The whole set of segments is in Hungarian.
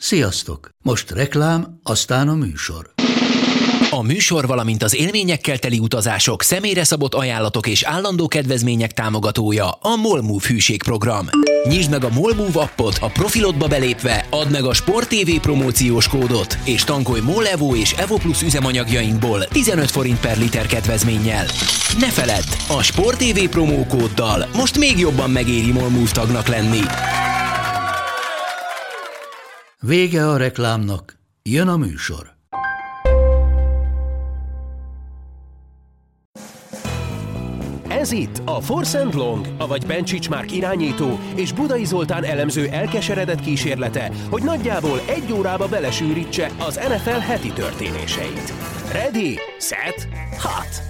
Sziasztok! Most reklám, aztán a műsor. A műsor, valamint az élményekkel teli utazások, személyre szabott ajánlatok és állandó kedvezmények támogatója a MOL Move hűségprogram. Nyisd meg a MOL Move appot, a profilodba belépve add meg a Sport TV promóciós kódot, és tankolj MOL Evo és Evo Plus üzemanyagjainkból 15 forint per liter kedvezménnyel. Ne feledd, a Sport TV promókóddal most még jobban megéri MOL Move tagnak lenni. Vége a reklámnak, jön a műsor. Ez itt a Force & Long, avagy Bencsics Márk irányító és Budai Zoltán elemző elkeseredett kísérlete, hogy nagyjából egy órába belesűrítse az NFL heti történéseit. Ready, set, hot!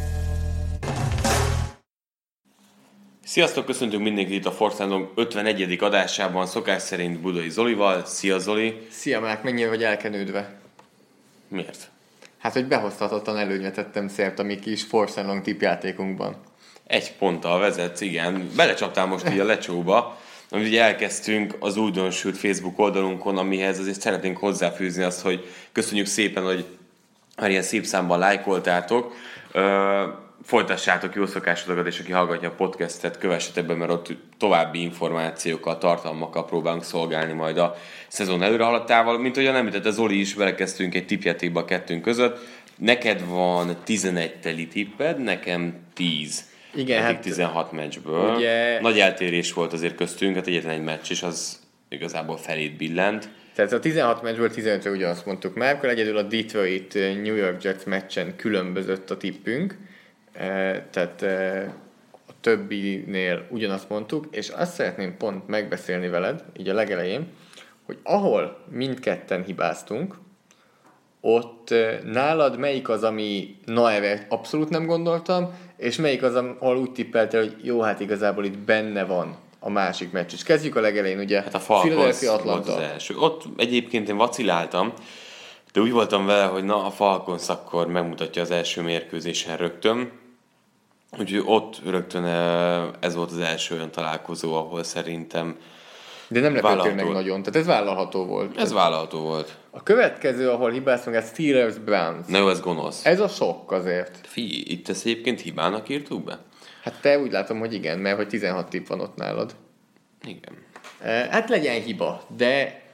Sziasztok, köszöntünk mindenkit itt a Force & Long 51. adásában, szokás szerint Budai Zolival. Szia Zoli! Szia Márk, mennyire vagy elkenődve? Miért? Hát, hogy behozhatatlan előnyre tettem szert a mi kis Force & Long tippjátékunkban. 1 ponttal vezetsz, igen. Belecsaptál most így a lecsóba, amit ugye elkezdtünk az újdonsült Facebook oldalunkon, amihez azért szeretnénk hozzáfűzni azt, hogy köszönjük szépen, hogy már ilyen szép számban lájkoltátok. Folytassátok jó szokásotokat, és aki hallgatja a podcastet, kövessetek be, mert ott további információkkal, tartalmakkal próbálunk szolgálni majd a szezon előrehaladtával. Mint ahogyan említette Zoli is, belekezdtünk egy tippjátékba a kettőnk között. Neked van 11 teli tipped, nekem 10. Igen, hát 16 meccsből. ugye... Nagy eltérés volt azért köztünk, hát egyetlen egy meccs, és az igazából felét billent. Tehát a 16 meccsből 15-re ugyanazt mondtuk már, akkor egyedül a Detroit New York Jets meccsen különbözött a tippünk. Tehát a többinél ugyanazt mondtuk, és azt szeretném pont megbeszélni veled, így a legelején, hogy ahol mindketten hibáztunk, ott nálad melyik az, ami erre abszolút nem gondoltam, és melyik az, ahol úgy tippeltél, hogy jó, hát igazából itt benne van a másik meccs. És kezdjük a legelején, ugye? Hát a Falcons volt az Atlanta. első. Ott egyébként én vaciláltam, de úgy voltam vele, hogy na, a Falcons akkor megmutatja az első mérkőzésen rögtön. Úgyhogy ott rögtön ez volt az első olyan találkozó, ahol szerintem de nem lepődtél meg nagyon, tehát ez vállalható volt. Ez vállalható volt. A következő, ahol hibáztunk, ez Steelers-Browns. Na jó, ez gonosz. Ez a sok azért. Figyelj, itt ezt egyébként hibának írtuk be? Hát te úgy látom, hogy igen, mert hogy 16 tipp van ott nálad. Igen. Hát legyen hiba, de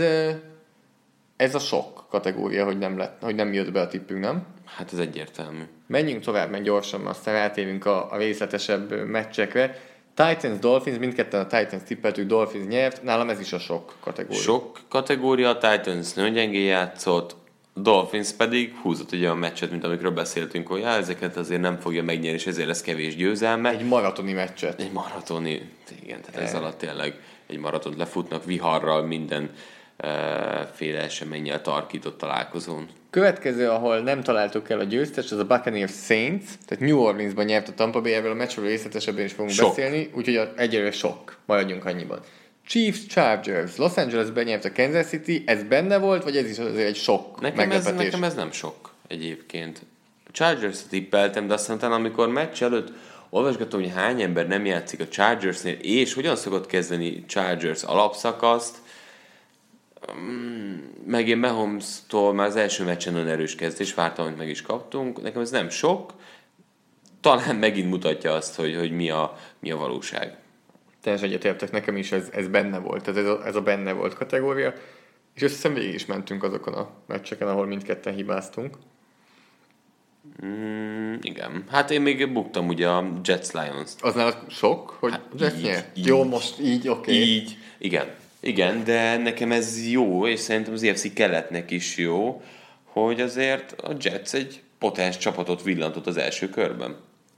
ez a sok kategória, hogy nem jött be a tippünk, nem? Hát ez egyértelmű. Menjünk tovább, mert gyorsan, aztán rátérünk a részletesebb meccsekre. Titans-Dolphins, mindketten a Titans tippeltük, Dolphins nyert, nálam ez is a sok kategória. Sok kategória, a Titans nagyon gyengén játszott, Dolphins pedig húzott ugye a meccset, mint amikről beszéltünk, hogy ezeket azért nem fogja megnyerni, és ezért lesz kevés győzelme. Egy maratoni meccset. Egy maratoni, igen, tehát ez alatt tényleg egy maratont lefutnak viharral, minden féle eseménnyel tarkított találkozón. Következő, ahol nem találtuk el a győztest, az a Buccaneers Saints, tehát New Orleansban nyert a Tampa Bay, erről a meccsről részletesebben is fogunk beszélni, úgyhogy egyelőre sok, maradjunk annyiban. Chiefs Chargers, Los Angelesben nyert a Kansas City, ez benne volt, vagy ez is azért egy sok meglepetés? Nekem ez nem sok egyébként. A Chargers-t tippeltem, de aztán utána, amikor meccs előtt olvasgatom, hogy hány ember nem játszik a Chargersnél, és hogyan szokott kezdeni Chargers alapszakaszt, meg én Mahomes-tól már az első meccsen nagyon erős kezdés, vártam, amit meg is kaptunk. Nekem ez nem sok, talán megint mutatja azt, hogy mi a valóság. Teljesen egyetértek, nekem is ez benne volt, ez a benne volt kategória, és összesen végig is mentünk azokon a meccseken, ahol mindketten hibáztunk. Igen. Hát én még buktam ugye a Jets-Lions-t. Az nálad sok, hogy Jets nyert? Jó, most így, oké. Így, igen, de nekem ez jó, és szerintem az EFC keletnek is jó, hogy azért a Jets egy potens csapatot villantott az első körben.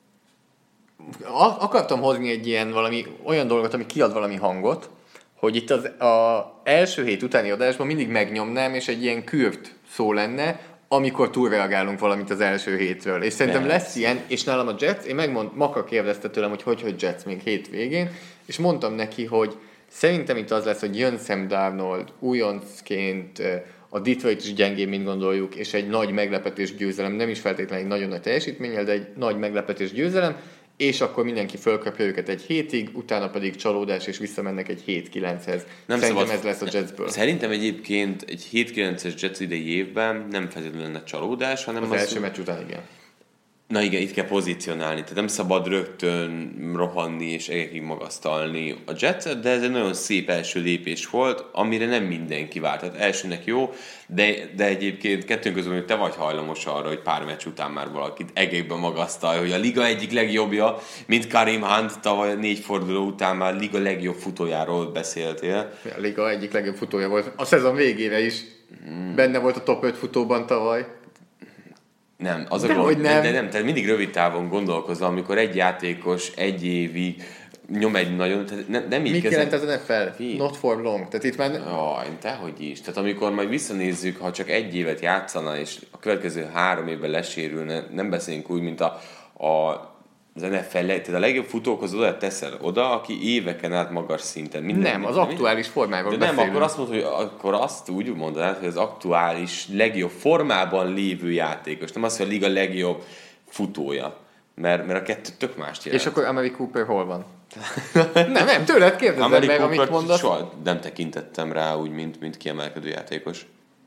Akartam hozni egy ilyen olyan dolgot, ami kiad valami hangot, hogy itt az első hét utáni adásban mindig megnyomnám, és egy ilyen kürt szó lenne, amikor túlreagálunk valamit az első hétről. És szerintem lesz ilyen, és nálam a Jets, Maka kérdezte tőlem, hogy Jets még hét végén, és mondtam neki, hogy szerintem itt az lesz, hogy jön Sam Darnold újoncként, a Detroit is gyengén, mint gondoljuk, és egy nagy meglepetés győzelem, nem is feltétlenül egy nagyon nagy teljesítménnyel, de egy nagy meglepetés győzelem, és akkor mindenki fölkapja őket egy hétig, utána pedig csalódás, és visszamennek egy 7-9-hez. Szerintem ez lesz a Jetsből. Szerintem egyébként egy 7-9-es Jets idei évben nem feltétlenül lenne csalódás, hanem az első meccs után igen. Na igen, itt kell pozícionálni, tehát nem szabad rögtön rohanni és egekig magasztalni a Jetset, de ez egy nagyon szép első lépés volt, amire nem mindenki várt. Tehát elsőnek jó, de egyébként kettőnk közül, hogy te vagy hajlamos arra, hogy pár meccs után már valakit egekben magasztalj, hogy a liga egyik legjobbja, mint Kareem Hunt, tavaly 4 forduló után már liga legjobb futójáról beszéltél. A liga egyik legjobb futója volt. A szezon végére is benne volt a top 5 futóban tavaly. Nem, az a gond, nem. De nem, tehát mindig rövid távon gondolkozol, amikor egy játékos egy évig nyom egy nagyon... Nem így mit jelent az NFL? Not for long. Tehát itt már... Jaj, dehogy is. Tehát amikor majd visszanézzük, ha csak egy évet játszana, és a következő 3 évben lesérülne, nem beszélünk úgy, mint az NFL, tehát a legjobb futókhoz oda teszel oda, aki éveken át magas szinten. Nem, az aktuális formáról beszélünk. Nem, akkor azt mondod, hogy akkor azt úgy mondanád, hogy az aktuális legjobb formában lévő játékos. Nem az, hogy a liga legjobb futója. Mert a kettő tök mást jelent. És akkor Amari Cooper hol van? nem, tőled kérdezem meg, amit mondasz. Soha nem tekintettem rá úgy, mint kiemelkedő játékos.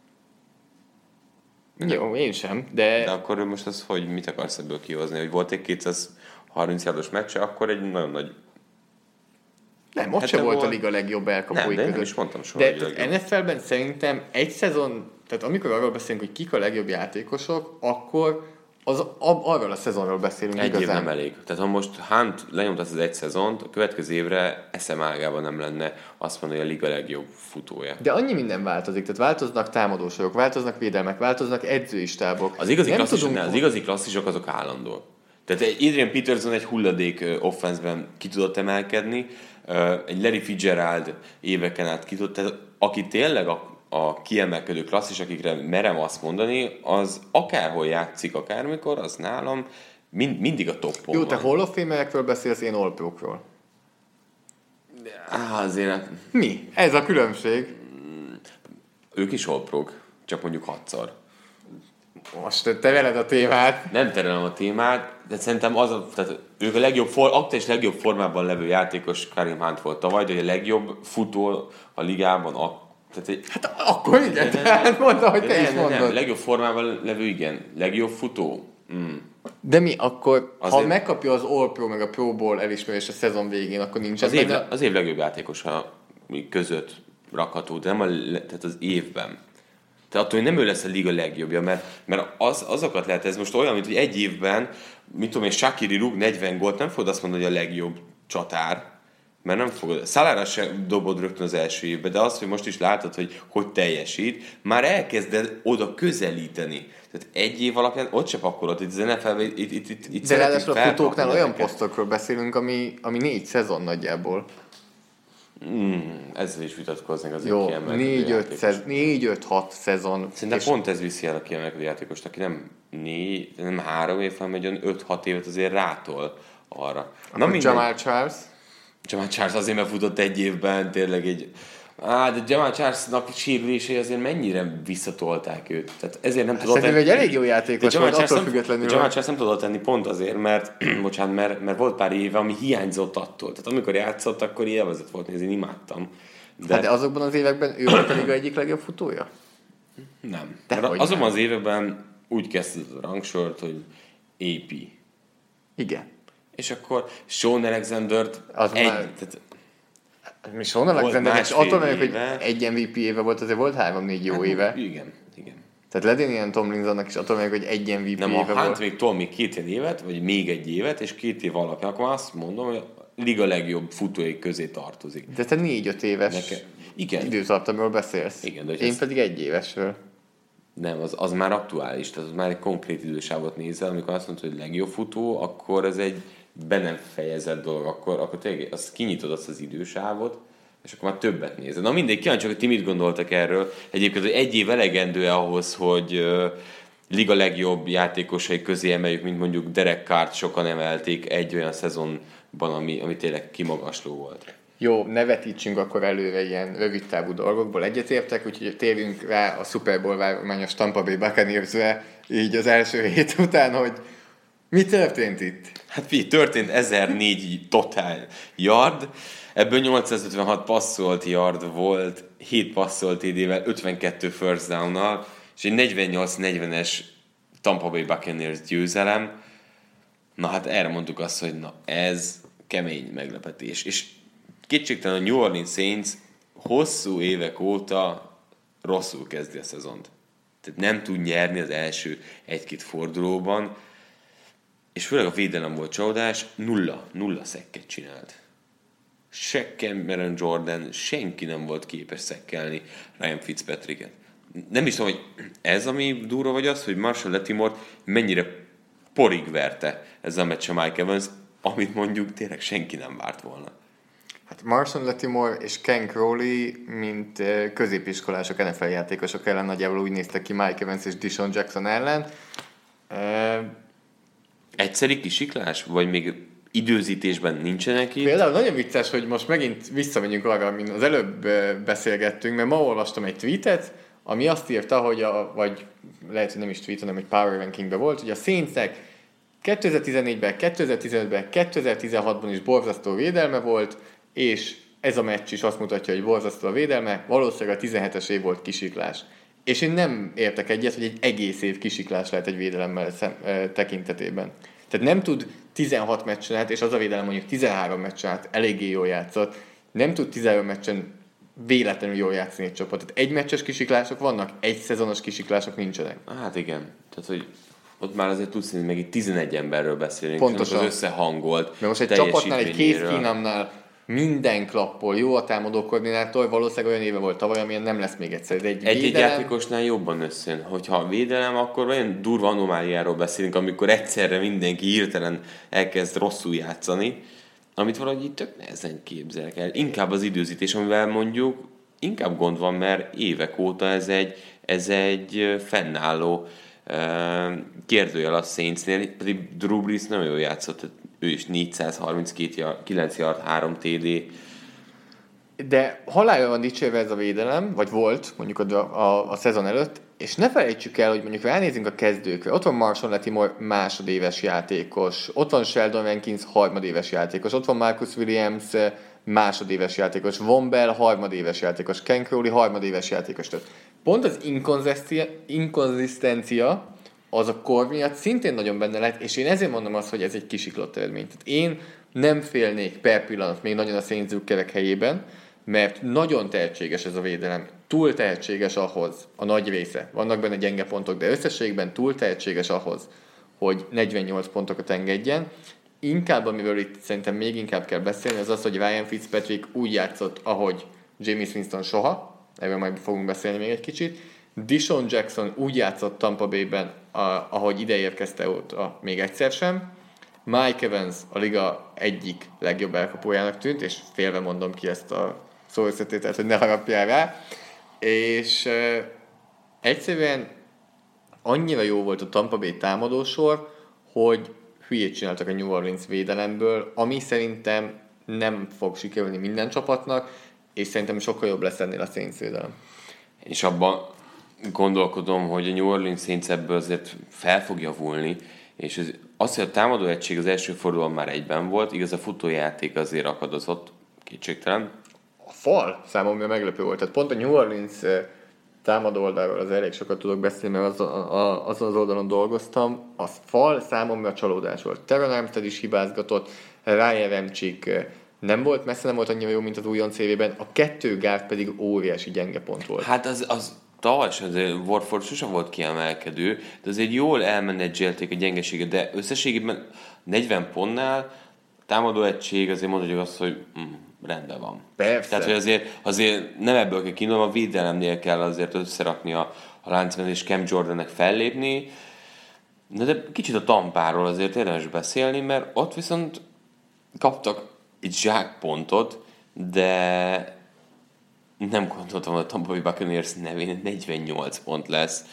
Jó, én sem, de akkor most az, hogy mit akarsz ebből kihozni? Hogy volt egy 230 yardos meccse, akkor egy nagyon nagy... Nem, ott se volt a liga legjobb elkapói között. Nem is mondtam soha. De az NFL-ben szerintem egy szezon, tehát amikor arról beszélünk, hogy kik a legjobb játékosok, akkor arról a szezonról beszélünk egy igazán. Év nem elég. Tehát ha most Hunt lenyomtasz az egy szezont, a következő évre eszem ágában nem lenne azt mondani, hogy a liga legjobb futója. De annyi minden változik, tehát változnak támadósorok, változnak védelmek, változnak edzői stábok. Az igazi klasszisok azok állandó. Tehát Adrian Peterson egy hulladék offenszben ki tudott emelkedni, egy Larry Fitzgerald éveken át ki tudott, tehát aki tényleg a kiemelkedő klasszis, akikre merem azt mondani, az akárhol játszik, akármikor, az nálam mindig a toppon. Jó, te Hall of Fame-ekről beszélsz, én All Pro-król. Azért... Mi? Ez a különbség. Ők is All Pro-k, csak mondjuk 6-szor. Most te veled a témát. Nem terelem a témát, de szerintem tehát ők a aktuális legjobb formában levő játékos Kareem Hunt volt tavaly, de a legjobb futó a ligában. Hát akkor igen, tehát mondta, hogy te is mondod. Nem, legjobb formában levő igen. Legjobb futó? De mi akkor, azért, ha megkapja az All Pro meg a Pro Bowl elismerést a szezon végén, akkor nincs az év legjobb játékosa között rakható, de nem tehát az évben. Tehát attól, hogy nem ő lesz a liga legjobbja, mert azokat lehet, ez most olyan, mint hogy egy évben, mit tudom én, Shaqiri rúg 40 gólt, nem fogod azt mondani, hogy a legjobb csatár, mert nem fogod. Salára sem dobod rögtön az első évben, de az, hogy most is látod, hogy teljesít, már elkezded oda közelíteni. Tehát egy év alapján ott se pakolod, itt az NFL-ben itt de ráadásul a futóknál olyan posztokról beszélünk, ami 4 szezon nagyjából. Ezzel is vitatkoznak az jó, 4-5-6 szezon. Szerintem pont ez viszi el a kiemelkedő játékost, aki nem 3 év, hanem egy 5-6 évet azért rátol arra. Jamal Charles? Jamal Charles azért, mert futott egy évben, tényleg egy... de Jamal Charles-nak sérülései azért mennyire visszatolták őt. Tehát ezért nem tudott... Szerintem egy elég jó játékos volt, attól függetlenül. Jamal Charles nem tudott tenni pont azért, mert volt pár éve, ami hiányzott attól. Tehát amikor játszott, akkor élvezett volt nézni, imádtam. De azokban az években ő volt a liga egyik legjobb futója? Nem. Azokban az években úgy kezdett a rangsort, hogy AP. Igen. És akkor Sean Alexander-t Sean Alexander, és attól mondjuk, hogy egy MVP éve volt, azért volt 3-4 jó éve. Igen. Tehát Ledenian Tomlinsonnak is attól mondjuk, hogy egy MVP éve volt. Nem, a Hunt még tol még 2 évet, vagy még egy évet, és 2 év alapján, akkor azt mondom, hogy a liga legjobb futói közé tartozik. De te 4-5 éves időtartamról beszélsz. Igen, én pedig 1 évesről. Nem, az már aktuális, tehát az már egy konkrét idősávot nézel, amikor azt mondod, hogy legjobb futó, akkor ez egy be nem fejezett dolog, akkor tényleg azt kinyitod azt az idősávot, és akkor már többet nézed. Na mindegy, kíváncsi, hogy ti mit gondoltak erről. Egyébként, hogy egy év elegendő ahhoz, hogy liga legjobb játékosai közé emeljük, mint mondjuk Derek Carrt sokan emelték egy olyan szezonban, ami tényleg kimagasló volt. Jó, ne vetítsünk akkor előre ilyen rövidtávú dolgokból. Egyetértek, úgyhogy térjünk rá a Super Bowl Tampa Bay Buccaneers-re így az első hét után, hogy mi történt itt? Hát figyelj, történt 1004 totál yard, ebből 856 passzolt yard volt, 7 passzolt TD-vel, 52 first down-nal, és egy 48-40-es Tampa Bay Buccaneers győzelem. Na hát erre mondtuk azt, hogy na ez kemény meglepetés. És kétségtelen a New Orleans Saints hosszú évek óta rosszul kezdi a szezont. Tehát nem tud nyerni az első egy-két fordulóban, és főleg a védelem volt csodás, nulla szekket csinált. Se Cameron Jordan, senki nem volt képes szekkelni Ryan Fitzpatricket. Nem is tudom, hogy ez ami durva, vagy az, hogy Marshall Latimore mennyire porig verte ezzel a meccse Mike Evans, amit mondjuk tényleg senki nem várt volna. Hát Marshall Latimore és Ken Crowley, mint középiskolások, NFL játékosok ellen nagyjából úgy néztek ki Mike Evans és Deshaun Jackson ellen. Egyszeri kisiklás? Vagy még időzítésben nincsenek itt? Például nagyon vicces, hogy most megint visszamegyünk arra, mint az előbb beszélgettünk, mert ma olvastam egy tweetet, ami azt írta, hogy vagy lehet, hogy nem is tweet, hanem egy Power Rankingben volt, hogy a Saintsnek 2014-ben, 2015-ben, 2016-ban is borzasztó védelme volt, és ez a meccs is azt mutatja, hogy borzasztó a védelme, valószínűleg a 17-es év volt kisiklás. És én nem értek egyet, hogy egy egész év kisiklás lehet egy védelemmel tekintetében. Tehát nem tud 16 meccsen át, és az a védelem mondjuk 13 meccsen át eléggé jól játszott, nem tud 13 meccsen véletlenül jól játszani egy csapat. Tehát egy meccses kisiklások vannak, egy szezonos kisiklások nincsenek. Hát igen. Tehát, hogy ott már azért tudsz, hogy meg itt 11 emberről beszélünk. Pontosan. Az összehangolt. Mert most egy csapatnál, egy Case Keenumnál minden klappol, jó a támadó koordinátor, valószínűleg olyan éve volt tavaly, amilyen nem lesz még egyszer. Egy játékosnál jobban összejön. Hogyha a védelem, akkor olyan durva anomáliáról beszélünk, amikor egyszerre mindenki hirtelen elkezd rosszul játszani, amit valahogy itt tök nehezen képzelek el. Inkább az időzítés, amivel mondjuk inkább gond van, mert évek óta ez egy fennálló kérdőjel a Saintsnél, pedig Drew Brees nem jól játszott, ő is 439 yard, 3 TD. De halálra van dicsérve ez a védelem, vagy volt mondjuk a szezon előtt, és ne felejtsük el, hogy mondjuk ránézünk a kezdőkre. Ott van Marshall Latimore másodéves játékos, ott van Sheldon Rankins harmadéves játékos, ott van Marcus Williams másodéves játékos, Von Bell harmadéves játékos, Ken Crowley harmadéves játékos. Tehát pont az inkonzisztencia az a kor miatt szintén nagyon benne lett, és én ezért mondom azt, hogy ez egy kisiklott eredmény. Tehát én nem félnék per pillanat még nagyon a Saints drukkerek helyében, mert nagyon tehetséges ez a védelem. Túl tehetséges ahhoz, a nagy része. Vannak benne gyenge pontok, de összességben túl tehetséges ahhoz, hogy 48 pontokat engedjen. Inkább, amivel itt szerintem még inkább kell beszélni, az az, hogy Ryan Fitzpatrick úgy játszott, ahogy Jameis Winston soha, erről majd fogunk beszélni még egy kicsit. Deshaun Jackson úgy játszott Tampa Bay-ben, ahogy ide érkezte óta még egyszer sem. Mike Evans a liga egyik legjobb elkapójának tűnt, és félve mondom ki ezt a szóösszetételt, hogy ne harapjál rá. És egyszerűen annyira jó volt a Tampa Bay támadósor, hogy hülyét csináltak a New Orleans védelemből, ami szerintem nem fog sikerülni minden csapatnak, és szerintem sokkal jobb lesz ennél a Saints védelem. És abban gondolkodom, hogy a New Orleans Saints ebből azért fel fog javulni, és az, hogy a támadó egység az első fordulóban már egyben volt, igaz a futójáték azért akadozott, kétségtelen. A fal számomra meglepő volt. Tehát pont a New Orleans támadó oldalról az elég sokat tudok beszélni, mert azon az oldalon dolgoztam. A fal számomra csalódás volt. Teron Armstead is hibázgatott, Ryan Ramczyk nem volt annyira jó, mint az újonc évében, a kettő gárd pedig óriási gyenge pont volt. Hát az tavaly azért Warford sosem volt kiemelkedő, de azért jól elmenedzselték a gyengeséget, de összességében 40 pontnál támadó egység azért mondhatjuk azt, hogy rendben van. Persze. Tehát, hogy azért nem ebből kell kiindulni, a védelemnél kell azért összerakni a láncmenet és Cam Jordannek fellépni, de kicsit a Tampáról azért érdemes beszélni, mert ott viszont kaptak egy zsákpontot, de nem gondoltam, hogy a Tampa Bay Buccaneers nevén 48 pont lesz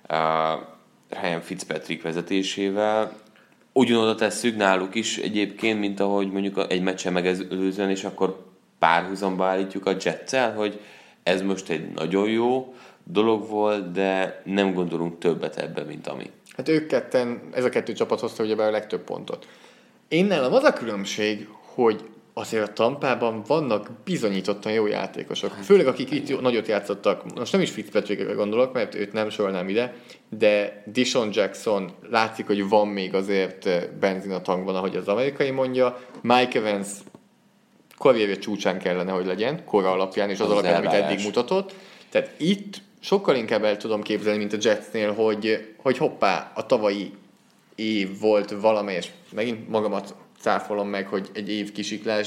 Ryan Fitzpatrick vezetésével. Ugyanoda tesszük náluk is egyébként, mint ahogy mondjuk egy meccsen megelőzően, és akkor párhuzamba állítjuk a Jetszel, hogy ez most egy nagyon jó dolog volt, de nem gondolunk többet ebben, mint ami. Hát ők ketten, ez a kettő csapat hozta ugyebár a legtöbb pontot. Én nálam az a különbség, hogy azért a Tampában vannak bizonyítottan jó játékosok. Főleg akik itt nagyot játszottak. Most nem is Fitzpatrickre gondolok, mert őt nem sorolnám ide, de Deshaun Jackson látszik, hogy van még azért benzin a tankban, ahogy az amerikai mondja. Mike Evans karrierje csúcsán kellene, hogy legyen, kora alapján és az alapján, amit eddig mutatott. Tehát itt sokkal inkább el tudom képzelni, mint a Jetsnél, hogy hoppá, a tavalyi év volt valamelyes, megint magamat cáfolom meg, hogy egy év kisiklás,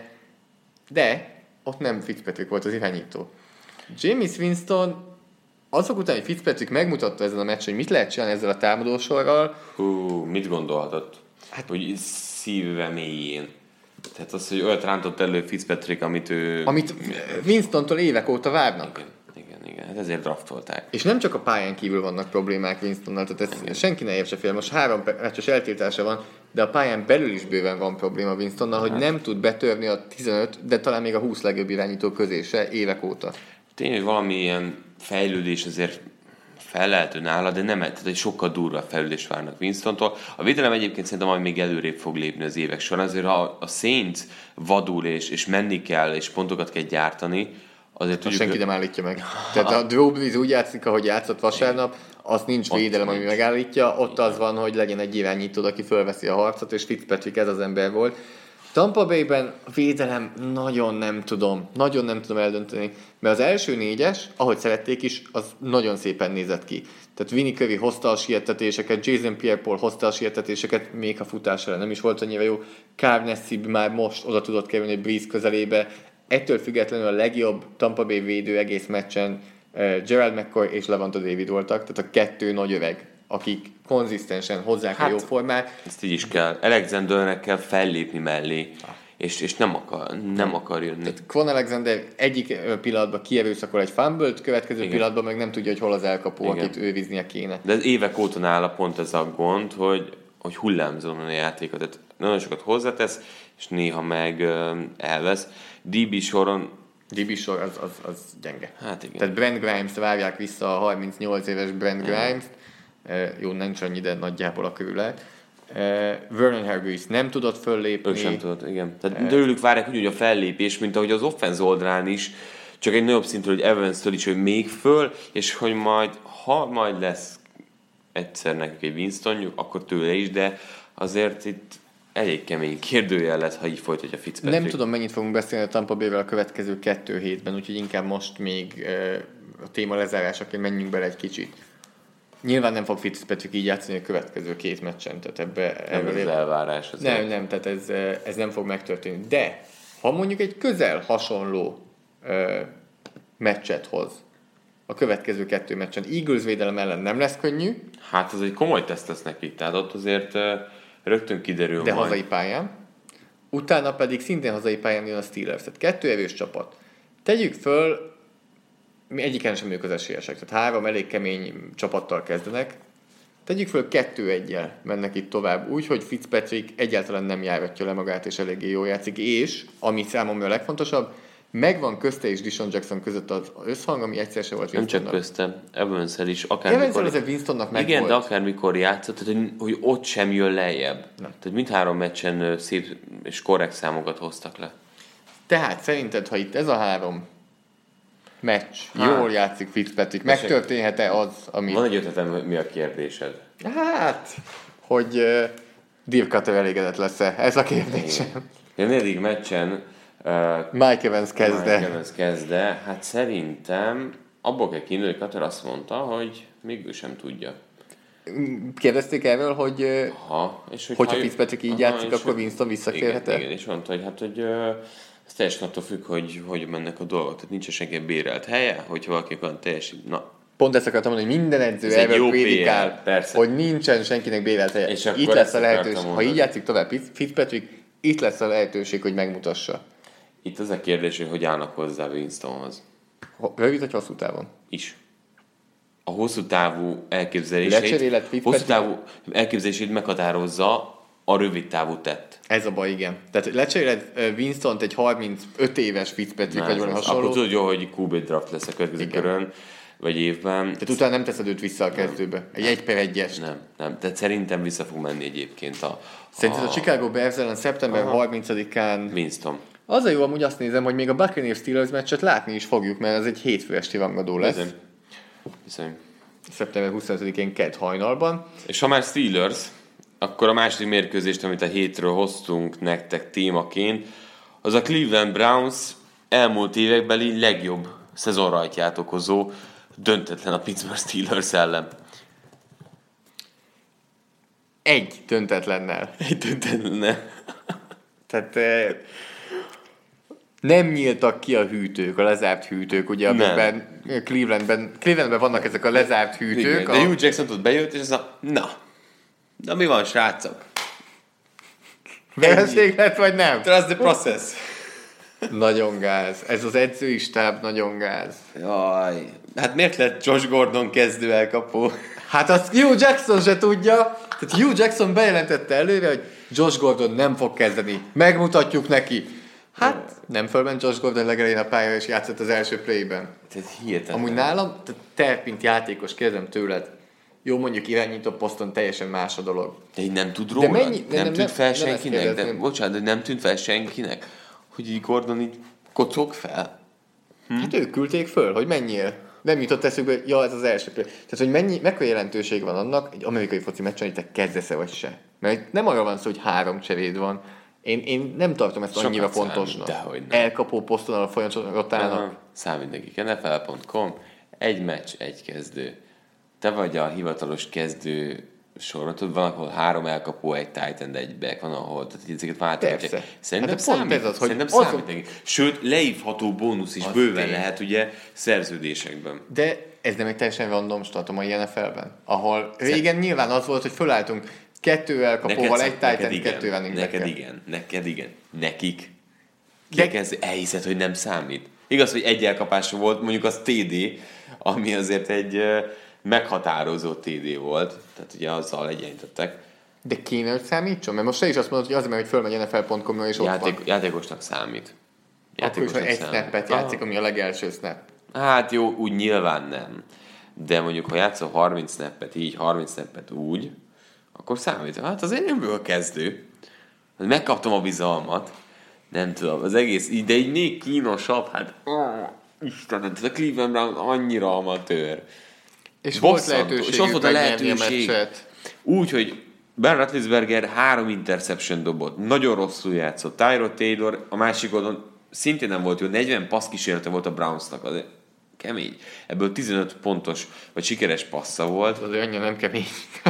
de ott nem Fitzpatrick volt az irányító. Jameis Winston azok után, hogy Fitzpatrick megmutatta ezen a meccsen, hogy mit lehet csinálni ezzel a támadósorral. Mit gondolhatott? Hát, hogy szíve mélyén. Tehát az, hogy olyat rántott elő Fitzpatrick, amit Winstontól évek óta várnak. Igen, hát ezért draftolták. És nem csak a pályán kívül vannak problémák Winstonnal, tehát ezt senki ne értse fél. Most 3 meccses eltiltása van, de a pályán belül is bőven van probléma Winstonnal, hogy nem tud betörni a 15, de talán még a 20 legjobb irányító közé se évek óta. Tényleg valamilyen fejlődés azért felelhető nála, de nem, tehát egy sokkal durvább fejlődés várnak Winstontól. A védelem egyébként szerintem majd még előrébb fog lépni az évek során. Azért ha a Saints vadul és menni kell, és pontokat kell gyártani, azért tudjuk... Senki nem állítja meg. Tehát a Drew Brees úgy játszik, ahogy játszott vasárnap, az nincs védelem, ami megállítja. Ott az van, hogy legyen egy irányítód, aki fölveszi a harcot, és Fitzpatrick ez az ember volt. Tampa Bay-ben a védelem nagyon nem tudom eldönteni, mert az első 4-es, ahogy szerették is, az nagyon szépen nézett ki. Tehát Vinny Curry hozta a siettetéseket, Jason Pierre-Paul hozta a siettetéseket, még a futására nem is volt annyira jó. Carl Nassib már most oda tudott kerülni Brees közelébe. Ettől függetlenül a legjobb Tampa Bay védő egész meccsen Gerald McCoy és Levante David voltak, tehát a 2 nagy öreg, akik konzisztensen hozzák a jó formát. Ezt így is kell. Alexandernek kell fellépni mellé, és nem akar jönni. Tehát Kwon Alexander egyik pillanatban kierőszakol egy fumble-t, következő pillanatban meg nem tudja, hogy hol az elkapó, akit őriznie kéne. De évek óta nála pont ez a gond, hogy hullámzóan a játékot. Tehát nagyon sokat hozzátesz, és néha meg elvesz. DB sor az gyenge. Hát igen. Tehát Brent Grimes-t várják vissza, a 38 éves Brent Grimes-t. Jó, nincs annyi, de nagyjából a körület. Vernon Hargreaves nem tudott föllépni. Ő sem tudott, igen. Tehát tőlük várják úgy a fellépés, mint ahogy az offense oldalán is, csak egy nagyobb szintről, hogy Evans-től is, hogy még föl, és hogy majd lesz egyszer nekik egy Winstonjuk, akkor tőle is, de azért itt elég kemény kérdőjel lesz, ha így folytatja Fitzpatrick. Nem tudom, mennyit fogunk beszélni a Tampa Bay-vel a következő 2 hétben, úgyhogy inkább most még a téma lezárásaként menjünk bele egy kicsit. Nyilván nem fog Fitzpatrick így játszani a következő 2 meccsen, tehát nem ez elvárás. Nem, tehát ez nem fog megtörténni. De ha mondjuk egy közel hasonló meccset hoz a következő 2 meccsen, Eagles védelem ellen nem lesz könnyű. Hát az egy komoly teszt lesz neki, tehát ott azért rögtön kiderül de majd. Hazai pályán. Utána pedig szintén hazai pályán jön a Steelers. Tehát 2 erős csapat. Tegyük föl, mi egyiken sem ők az esélyesek. Tehát 3 elég kemény csapattal kezdenek. Tegyük föl 2-1-jel mennek itt tovább. Úgy, hogy Fitzpatrick egyáltalán nem járatja le magát, és eléggé jól játszik. És, ami számomra a legfontosabb, megvan közte és Deshaun Jackson között az összhang, ami egyszer se volt Winstonnak. Nem csak közte, Evans-el is. Evans-el azért Winstonnak meg igen, volt. de akármikor játszott, tehát, hogy ott sem jön lejjebb. Nem. Tehát mindhárom meccsen szép és korrekt számokat hoztak le. Tehát szerinted, ha itt ez a 3 meccs, jól játszik Fitzpatrick, megtörténhet-e az, ami... Van egy ötletem, mi a kérdésed? Hát, hogy Dirk Cutter elégedett lesz-e? Ez a kérdésem. A 4. meccsen Mike Evans kezdte. Hát szerintem abból kell kiindulni, hogy Cutter azt mondta, hogy még ő sem tudja. Kérdezték erről, hogy hogyha Fitzpatrick így játszik, akkor Winston visszakérhet-e? Igen, és mondta, hogy ez teljesen attól függ, hogy mennek a dolgok. Tehát nincs senki bérelt helye, hogyha valaki olyan teljesít. Pont ezt akartam mondani, hogy minden edző erről prédikál, hogy nincsen senkinek bérelt helye. Itt lesz a lehetőség. Ha így játszik tovább Fitzpatrick, itt lesz a lehetőség, hogy megmutassa. Itt az a kérdés, hogy állnak hozzá Winstonhoz. Rövid vagy hosszú távon? Is. A hosszú távú elképzelését meghatározza a rövid távú tett. Ez a baj, igen. Tehát lecseréled Winstont egy 35 éves Fitzpatrick, vagy valami hasonló. Akkor tudja, hogy QB draft lesz a következő körön. vagy évben. Tehát utána nem teszed őt vissza a kezdőbe. Egy 1/1-es. Nem. Tehát szerintem vissza fog menni egyébként Szerinted a Chicago Bears ellen szeptember 30-án... Winston. Az a jó, amúgy azt nézem, hogy még a Buccaneers Steelers meccset látni is fogjuk, mert ez egy hétfő esti rangadó lesz. Bizony. Szeptember 25-én kedd hajnalban. És ha már Steelers, akkor a második mérkőzést, amit a hétről hoztunk nektek témaként, az a Cleveland Browns elmúlt évekbeli legjobb szezonrajtját okozó döntetlen a Pittsburgh Steelers ellen. Egy döntetlennel. Tehát nem nyíltak ki a hűtők, a lezárt hűtők, ugye, amikben Clevelandben vannak ezek a lezárt hűtők. Igen, de Hugh Jackson tud bejött, és az na mi van, srácok? Vereség lett, vagy nem? Trust the process. Nagyon gáz. Ez az edzői stáb nagyon gáz. Jaj, hát miért lett Josh Gordon kezdő elkapó? Hát azt Hugh Jackson se tudja. Tehát Hugh Jackson bejelentette előre, hogy Josh Gordon nem fog kezdeni. Megmutatjuk neki. Hát nem fölment Josh Gordon legelején a pályára, és játszott az első playben. Ez hihetetlen. Amúgy nálam, te, mint játékos, kérdezem tőled, jó, mondjuk irányító poszton teljesen más a dolog. De így nem tud róla? Nem tűnt fel senkinek? De nem tűnt fel senkinek, hogy így Gordon így kocog fel? Hát ők küldték föl, hogy menjél. Nem jutott eszükbe, hogy ez az első play. Tehát, hogy mekkora jelentőség van annak, egy amerikai foci meccsen, hogy te kezdesz-e vagy se. Mert nem arra van szó, hogy 3 cseréd van. Én nem tartom ezt sokat annyira fontosnak. Elkapó poszton, ahol folyamatosan számít nekik. NFL.com, egy meccs, egy kezdő. Te vagy a hivatalos kezdő sorot, van, ahol 3 elkapó, egy tight end, egy back, van, ahol tehát ezeket váltogatják. Szerintem számít, számít nekik. Sőt, leívható bónusz is bőven lehet, ugye, szerződésekben. De ez nem egy teljesen random stat a mai NFL-ben, ahol régen nyilván az volt, hogy fölálltunk 2 elkapóval, egy tight end, 2 running back-kel. Neked igen. Nekik. Elhiszed, hogy nem számít. Igaz, hogy egy elkapása volt, mondjuk az TD, ami azért egy meghatározó TD volt. Tehát ugye azzal egyenlítettek. De kéne, hogy számítson? Mert most te is azt mondod, hogy azért, mert hogy fölmegy NFL.com-ra és ott van. Játékosnak számít. Akkor is, egy snappet játszik, ami a legelső snap. Hát jó, úgy nyilván nem. De mondjuk, ha játszol 30 snappet így, 30 snappet úgy, akkor számít. Hát azért nem a kezdő. Megkaptam a bizalmat. Nem tudom, az egész, de így még kínosabb, hát Istenem, a Cleveland Brown annyira amatőr. És volt lehetőségük megnyerni a meccset. Úgy, hogy Ben Roethlisberger 3 interception dobott, nagyon rosszul játszott. Tyrod Taylor a másik oldalon szintén nem volt jó, 40 passz kísérlete volt a Brownsnak, az kemény. Ebből 15 pontos, vagy sikeres passza volt. Az annyira nem kemény.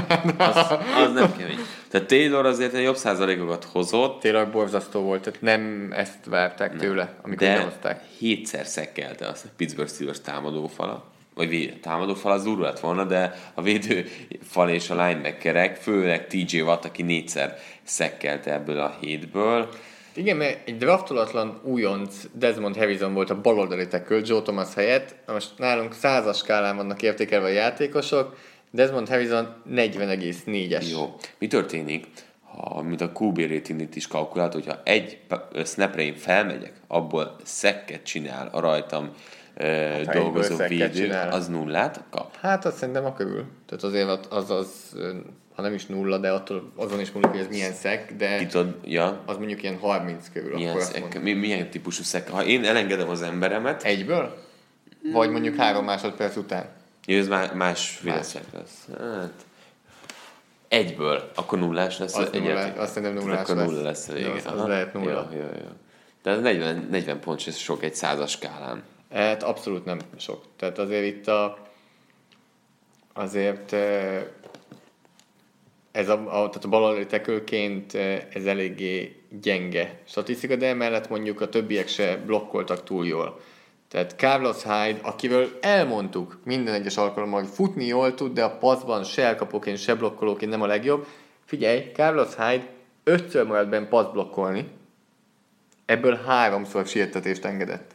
az nem kemény. Tehát Taylor azért jobb százalékokat hozott. Taylor borzasztó volt, tehát nem ezt várták tőle, amikor lehozták. 7-szer szekkelte azt a Pittsburgh Steelers támadófala. Vagy támadófal az durva lett volna, de a védőfal és a linebackerek, főleg TJ Watt, aki 4-szer szekkelte ebből a 7-ből. Igen, mert egy draftolatlan újonc Desmond Harrison volt a baloldali tackle Joe Thomas helyett. Most nálunk 100-as skálán vannak értékelve a játékosok, Desmond Harrison 40,4-es. Jó. Mi történik, mint a QB ratinget is kalkulált, hogyha egy snapre én felmegyek, abból szekket csinál a rajtam dolgozó védő, az 0-át kap? Hát azt szerintem a körül. Tehát azért az ha nem is 0, de attól azon is múlik, hogy ez milyen szek, de az mondjuk ilyen 30 körül. Milyen típusú szek? Ha én elengedem az emberemet... Egyből? Vagy mondjuk 3 másodperc után? Jó, ez másféle szek lesz. Hát, egyből, akkor 0-ás lesz. Azt szerintem 0-ás akkor 0 lesz. Az lehet 0. Jó. Tehát 40 pont, ez sok egy 100-as skálán. Hát abszolút nem sok. Tehát azért itt tehát a baloldali tackle-ként ez eléggé gyenge statisztika, de emellett mondjuk a többiek se blokkoltak túl jól. Tehát Carlos Hyde, akiről elmondtuk minden egyes alkalommal, hogy futni jól tud, de a passzban se elkapóként, se blokkolóként nem a legjobb. Figyelj, Carlos Hyde 5-ször maradt benn passz blokkolni, ebből 3-szor siettetést engedett.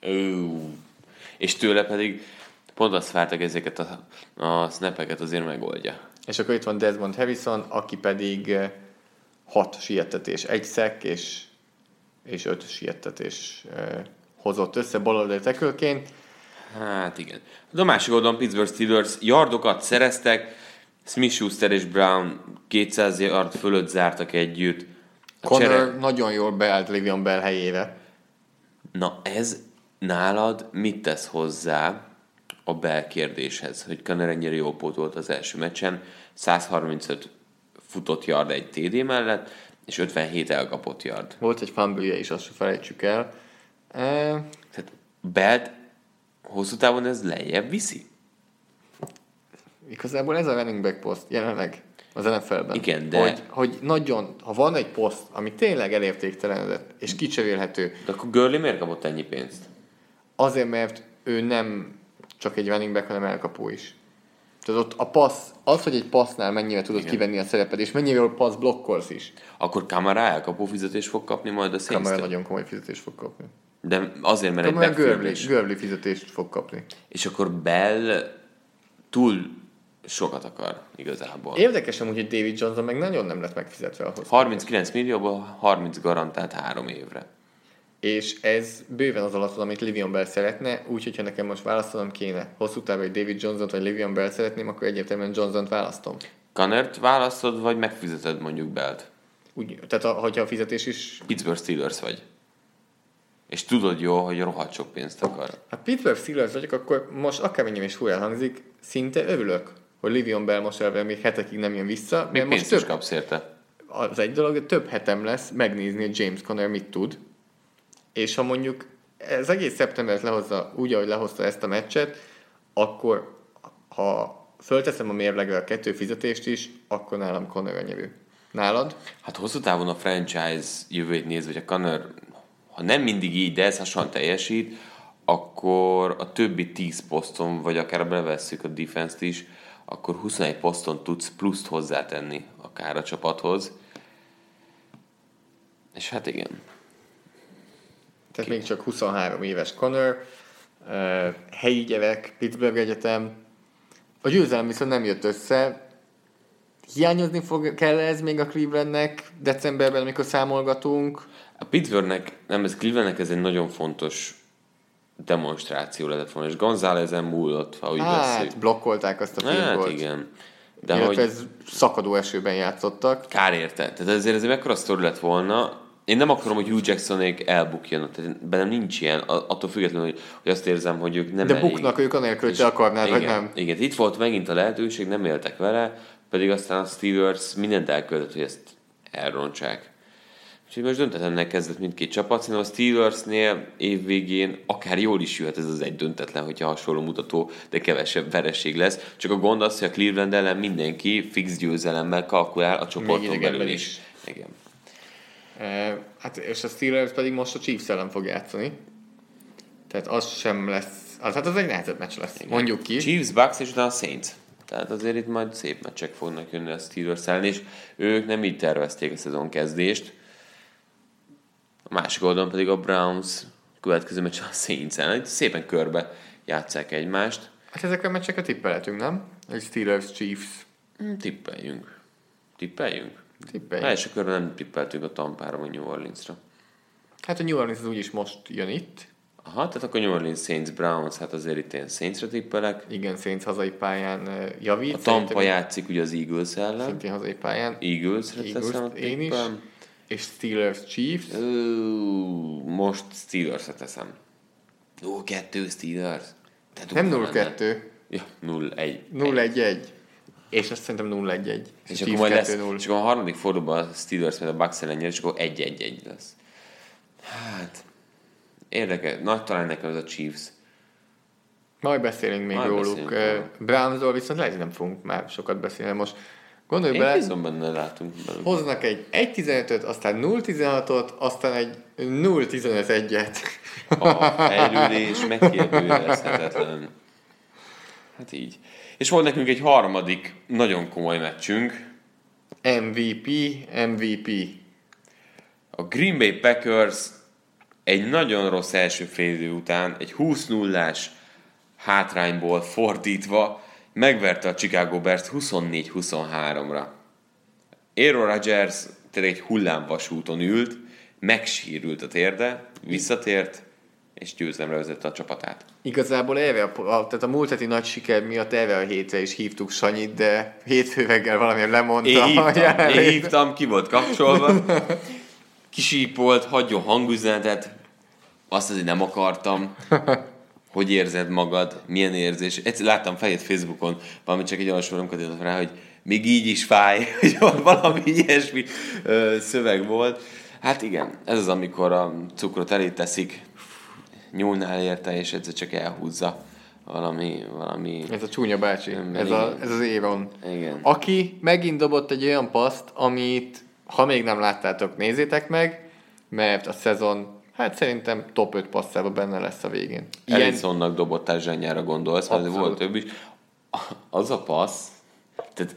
És tőle pedig pont azt vártak, ezeket a snappeket azért megoldja. És akkor itt van Desmond Harrison, aki pedig 6 siettetés, 1 sack és 5 siettetés hozott össze baloldali tackle-ként. Hát igen. De a másik oldalon Pittsburgh Steelers yardokat szereztek, Smith-Schuster és Brown 200 yard fölött zártak együtt. Connor nagyon jól beállt Le'Veon Bell helyére. Na ez nálad mit tesz hozzá a Bell kérdéshez, hogy Connor ennyire jól pótolt az első meccsen, 135 futott yard egy TD mellett, és 57 elkapott yard. Volt egy fumble-je is, azt se felejtsük el. Tehát Bellt hosszú távon ez lejjebb viszi? Igazából ez a running back poszt jelenleg az NFL-ben. Igen, de... Hogy nagyon, ha van egy poszt, ami tényleg elértéktelenedett, és kicserélhető. De akkor Gurley miért kapott ennyi pénzt? Azért, mert ő nem csak egy running back, hanem elkapó is. Tehát ott a passz, az, hogy egy passznál mennyire tudod kivenni a szerepet, és mennyire jól passz blokkolsz is. Akkor Kamara elkapó fizetést fog kapni majd a Saints-től? Kamara nagyon komoly fizetést fog kapni. De azért, mert Kamara egy backfield. Gurley fizetést fog kapni. És akkor Bell túl sokat akar igazából. Érdekes amúgy, hogy David Johnson meg nagyon nem lett megfizetve ahhoz. 39 millióból 30 garantált 3 évre. És ez bőven az alatt, amit Le'Veon Bell szeretne, úgyhogy ha nekem most választanom kéne hosszú távon, hogy David Johnson-t vagy Le'Veon Bell szeretném, akkor egyértelműen Johnson-t választom. Connort választod, vagy megfizeted mondjuk Bellt? Úgy, tehát hogyha a fizetés is... Pittsburgh Steelers vagy. És tudod jó, hogy rohadt sok pénzt akar. Ha Pittsburgh Steelers vagyok, akkor most akármennyire is furán hangzik, szinte örülök, hogy Le'Veon Bell most elve még hetekig nem jön vissza. Még most pénzt is kapsz érte. Az egy dolog, de több hetem lesz megnézni, hogy James Conner mit tud. És ha mondjuk ez egész szeptembert lehozza úgy, ahogy lehozta ezt a meccset, akkor ha fölteszem a mérlegre a 2 fizetést is, akkor nálam Conner a nyerő. Nálad? Hát hosszú távon a franchise jövőjét nézve, hogy a Connor, ha nem mindig így, de ez hasonlóan teljesít, akkor a többi 10 poszton, vagy akár bevesszük a defense-t is, akkor 21 poszton tudsz pluszt hozzátenni akár a csapathoz. És hát igen. Tehát még csak 23 éves Conner, helyi gyerek, Pittsburgh Egyetem. A győzelem viszont nem jött össze. Hiányozni kell ez még a Clevelandnek decemberben, amikor számolgatunk? A Pittsburghnek, nem, ez Clevelandnek ez egy nagyon fontos demonstráció lett volna, és Gonzálezen múlott, ha úgy veszünk. Blokkolták azt a field goalt. Igen. De illetve hogy ez szakadó esőben játszottak. kár érte. Tehát ezért mekkora sztori lett volna. Én nem akarom, hogy Hugh Jacksonék elbukjanak. Tehát bennem nincs ilyen, attól függetlenül, hogy azt érzem, hogy ők nem De elég. buknak ők anélkül, hogy te akarnád, igen, vagy nem. Igen, itt volt megint a lehetőség, nem éltek vele, pedig aztán a Steelers mindent elkövetett, hogy ezt elrontsák. Úgyhogy most döntetlennek kezdett mindkét csapat, szerintem a Steelersnél évvégén akár jól is jöhet ez az egy döntetlen, hogyha hasonló mutató, de kevesebb vereség lesz. Csak a gond az, hogy a Cleveland ellen mindenki fix győzelemmel kalkulál a csoporton belül is. Igen. Hát és a Steelers pedig most a Chiefs ellen fog játszani. Tehát az sem lesz... Hát az egy nehezebb meccs lesz, igen. Mondjuk ki. Chiefs, Bucks és utána a Saints. Tehát azért itt majd szép meccsek fognak jönni a Steelers ellen, és ők nem így tervezték a szezon kezdést. A másik oldalon pedig a Browns következő meccs a Saints ellen. Szépen körbe játsszák egymást. Hát ezekre a meccsekre tippelhetünk, nem? Egy Steelers, Chiefs. Tippeljünk. Tippeljünk. Első körben nem tippeltünk a Tampára vagy New Orleansra. Hát a New Orleans az úgyis most jön itt. Aha, tehát akkor New Orleans, Saints, Browns, hát azért itt én Saintsra tippelek. Igen, Saints hazai pályán javít. A Tampa játszik ugye az Eagles ellen. Szintén hazai pályán. Eagles-re teszem a én is. És Steelers, Chiefs. Most Steelers-re teszem. 0-2 Steelers. Nem 0-2. Ja, 0-1. 0-1-1. És azt szerintem 0-1-1. És akkor majd lesz, és akkor a harmadik fordulóban a Steelers mert a Bucks ellen nyer, és akkor 1-1-1 lesz. Hát, érdekes. Nagy talán nekem ez a Chiefs. Majd beszélünk még róluk. Brownsról viszont lehet, hogy nem fogunk már sokat beszélni. Most gondolj bele. Én bízom benne, látunk belőle. Hoznak egy 1-15-öt, aztán 0-16-ot, aztán egy 0-15-1-et. A fejlődés megkérdőjelezhetetlen. Hát így. És volt nekünk egy harmadik, nagyon komoly meccsünk. MVP. A Green Bay Packers egy nagyon rossz első fél idő után, egy 20-0-ás hátrányból fordítva megverte a Chicago Bears 24-23-ra. Aaron Rodgers tényleg egy hullámvasúton ült, megsérült a térde, visszatért, és győzelemre vezette a csapatát. Igazából tehát a múlt heti nagy siker miatt erre a hétre is hívtuk Sanyit, de hétfő reggel valamiért lemondta. Én hívtam, ki volt kapcsolva. Kisípolt, hagyjon hangüzenetet. Azt azért nem akartam. Hogy érzed magad? Milyen érzés? Egyszer láttam fejét Facebookon, valami csak egy olyan soromkat írott rá, hogy még így is fáj, hogy valami ilyesmi szöveg volt. Hát igen, ez az, amikor a cukrot elé teszik, nyúlnál érte, és egyszer csak elhúzza valami... Ez a csúnya bácsi, ez az Aaron. Igen. Aki megint dobott egy olyan paszt, amit, ha még nem láttátok, nézzétek meg, mert a szezon, hát szerintem top 5 passzában benne lesz a végén. Ellisonnak dobott társadalmára gondolsz, mert volt több is. Az a passz, tehát...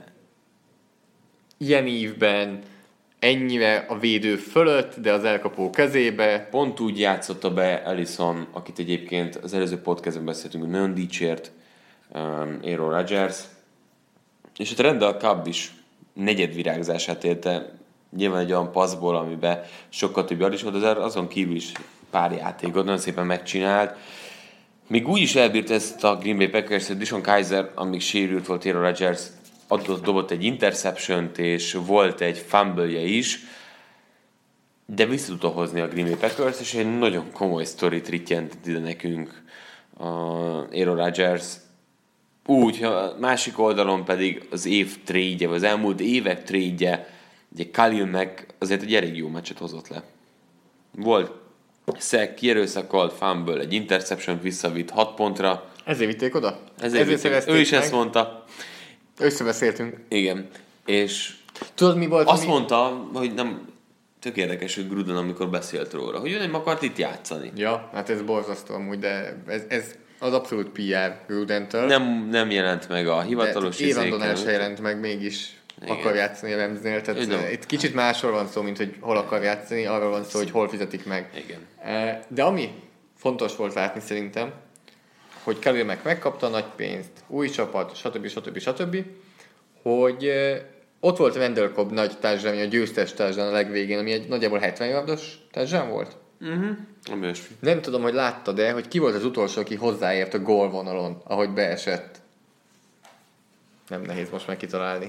Ilyen ívben, ennyire a védő fölött, de az elkapó kezébe. Pont úgy játszotta be Ellison, akit egyébként az előző podcastben beszéltünk, hogy nagyon dicsért Aaron Rodgers, és ott Randall Cobb is negyedvirágzását élte, nyilván egy olyan passzból, amiben sokkal több yard is volt, de azon kívül is pár játékot nagyon szépen megcsinált. Még úgy is elbírt ezt a Green Bay Packers, hogy DeShone Kizer, amíg sérült volt Aaron Rodgers, dobott egy interceptiont, és volt egy fumble-je is, de vissza tudta hozni a Green Bay Packers, és egy nagyon komoly sztorit rittyent ide nekünk Aaron Rodgers. Úgy, a másik oldalon pedig az év trade-je, vagy az elmúlt évek trade-je, ugye Khalil Mack azért egy elég jó meccset hozott le. Volt sack, kierőszakolt, fumble, egy interception visszavitt 6 pontra. Ezért vitték oda? Ezért ő is ezt mondta. Összebeszéltünk. Igen. És tudod, mi volt? azt mondta, hogy nem tök érdekes, hogy Gruden, amikor beszélt róla, hogy ő nem akart itt játszani. Ja, hát ez borzasztó amúgy, de ez az abszolút PR Grudentől. Nem jelent meg a hivatalos Évandon el se jelent meg, mégis igen. Akar játszani a Ramsnél. Tehát itt kicsit másról van szó, mint hogy hol akar játszani, arról van szó, hogy hol fizetik meg. Igen. De ami fontos volt látni szerintem, hogy Khalil Mack megkapta a nagy pénzt, új csapat, stb. Hogy ott volt Randall Cobb nagy társadalmi, a győztes társadalmi a legvégén, ami egy nagyjából 70 yardos társadalmi volt. Nem tudom, hogy láttad, de hogy ki volt az utolsó, aki hozzáért a gólvonalon, ahogy beesett. Nem nehéz most meg kitalálni.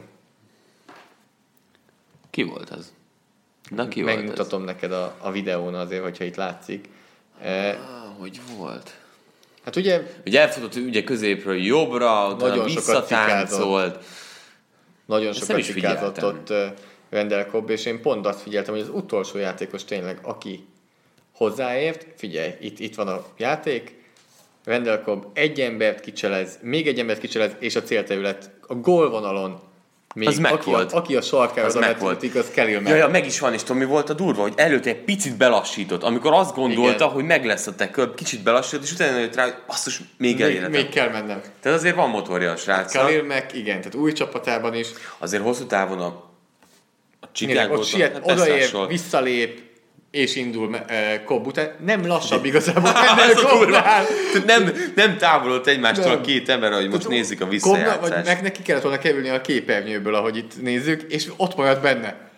Ki volt az? Na, ki megmutatom volt ez? Neked a videón azért, hogyha itt látszik. Hogy volt? Hát ugye elfutott ugye középről jobbra, utána visszatáncolt. Nagyon sokat cikázott ott Randall Cobb, és én pont azt figyeltem, hogy az utolsó játékos tényleg, aki hozzáért, figyelj, itt van a játék, Randall Cobb egy embert kicselez, még egy embert kicselez, és a célterület a gólvonalon. Még az aki a sarkára letudik, az Khalil Mack. Ja, meg is van, és tudom, mi volt a durva, hogy előtte egy picit belassított, amikor azt gondolta, igen, hogy meg lesz a tackle, kicsit belassított, és utána jött rá, hogy basszus, még elérhetem. Még kell mennem. Tehát azért van motorja a srácnak. Khalil Mack, igen, tehát új csapatában is. Azért hosszú távon a Chicago-t odaér, visszalép, és indul Cobb után. Nem lassabb igazából ennél Cobbnál. Nem távolodott egymástól a két ember, ahogy most nézzük a visszajátszást. Meg neki kellett volna kerülni a képernyőből, ahogy itt nézzük, és ott maradt benne.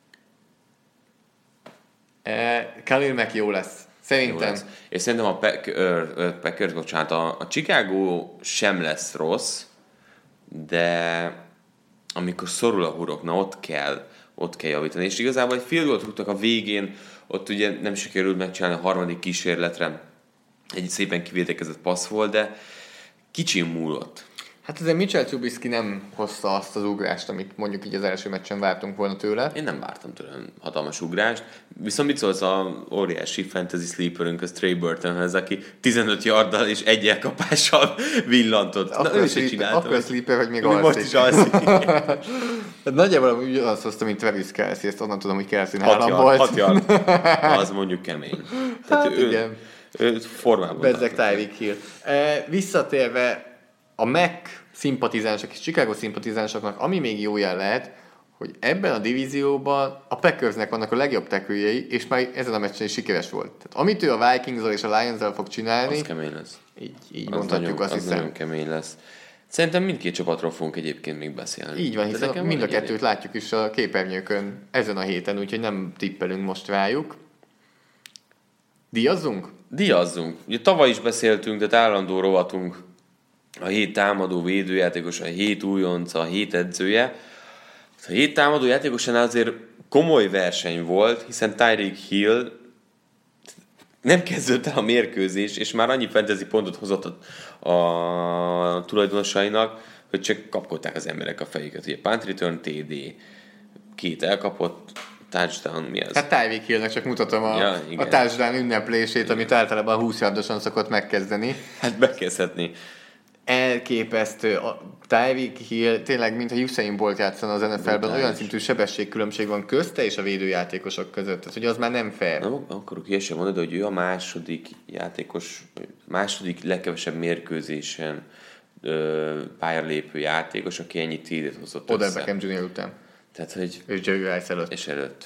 Khalil Mack jó lesz. Szerintem. Jó lesz. És szerintem a Packers, bocsánat, a Chicago sem lesz rossz, de amikor szorul a hurok, na ott kell javítani. És igazából egy field goalt rúgtak a végén, ott ugye nem sikerült megcsinálni a harmadik kísérletre. Egy szépen kivétekezett passz volt, de kicsin múlott. Hát azért Mitchell Trubisky nem hozta azt az ugrást, amit mondjuk így az első meccsen vártunk volna tőle. Én nem vártam tőle hatalmas ugrást. Viszont mit szólsz a óriási fantasy sleeperünk, a Trey Burtonhez, aki 15 yarddal és egy elkapással villantott. Akkor ő is csinálta. Akkor a sleeper, hogy még alszik. Most is alszik. Nagyjából ugyanazt hoztam, mint Travis Kelce, ezt onnan tudom, hogy Kelce nálam volt. 6 yard. Az mondjuk kemény. Tehát hát igen. Ő formában. Bezzeg Tyreek Hill. Visszatérve a Mac szimpatizánsok és Chicago szimpatizánsoknak, ami még jó jel lehet, hogy ebben a divízióban a Packersnek vannak a legjobb tackle-jei, és már ezen a meccsen is sikeres volt. Tehát amit ő a Vikings-zal és a Lions-zal fog csinálni, az kemény lesz. Így mondhatjuk, azt hiszem. Az nagyon kemény lesz. Szerintem mindkét csapatról fogunk egyébként még beszélni. Így van, hiszen mind a kettőt látjuk is a képernyőkön ezen a héten, úgyhogy nem tippelünk most rájuk. Díjazzunk? Ugye tavaly is beszéltünk, tehát állandó rovatunk a 7 támadó védőjátékos, a 7 újonc, a 7 edzője. A 7 támadó játékosánál azért komoly verseny volt, hiszen Tyreek Hill nem kezdődött el a mérkőzés, és már annyi fantasy pontot hozott a tulajdonosainak, hogy csak kapkodták az emberek a fejüket. Ugye punt return, TD, 2 elkapott, touchdown, mi az? Hát Tyreek Hillnek csak mutatom a touchdown ünneplését, amit általában 20 yardoson szokott megkezdeni. Hát bekezdhetni. Elképesztő. A Tyreek Hill tényleg, mintha Usain Bolt játszana az NFL-ben, olyan szintű sebességkülönbség van közte és a védőjátékosok között. Tehát, hogy az már nem fair. Nem akarok ilyesem mondani, hogy ő a második játékos, második legkevesebb mérkőzésen pályalépő játékos, aki ennyi TD-t hozott Odell Beckham Jr. után. Tehát, hogy... És Jerry Rice előtt. És előtt.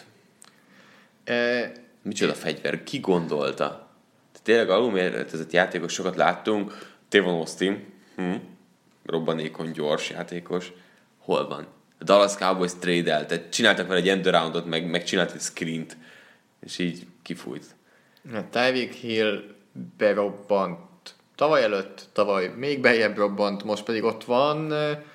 Micsoda fegyver? Ki gondolta? Tehát tényleg alulmérletezett játékosokat láttunk. Tavon Austin, robbanékony, gyors játékos. Hol van? A Dallas Cowboys trade-el, tehát csináltak vele egy end aroundot, meg csinált egy screent, és így kifújt. Tyreek Hill berobbant tavaly előtt, tavaly még beljebb robbant, most pedig ott van.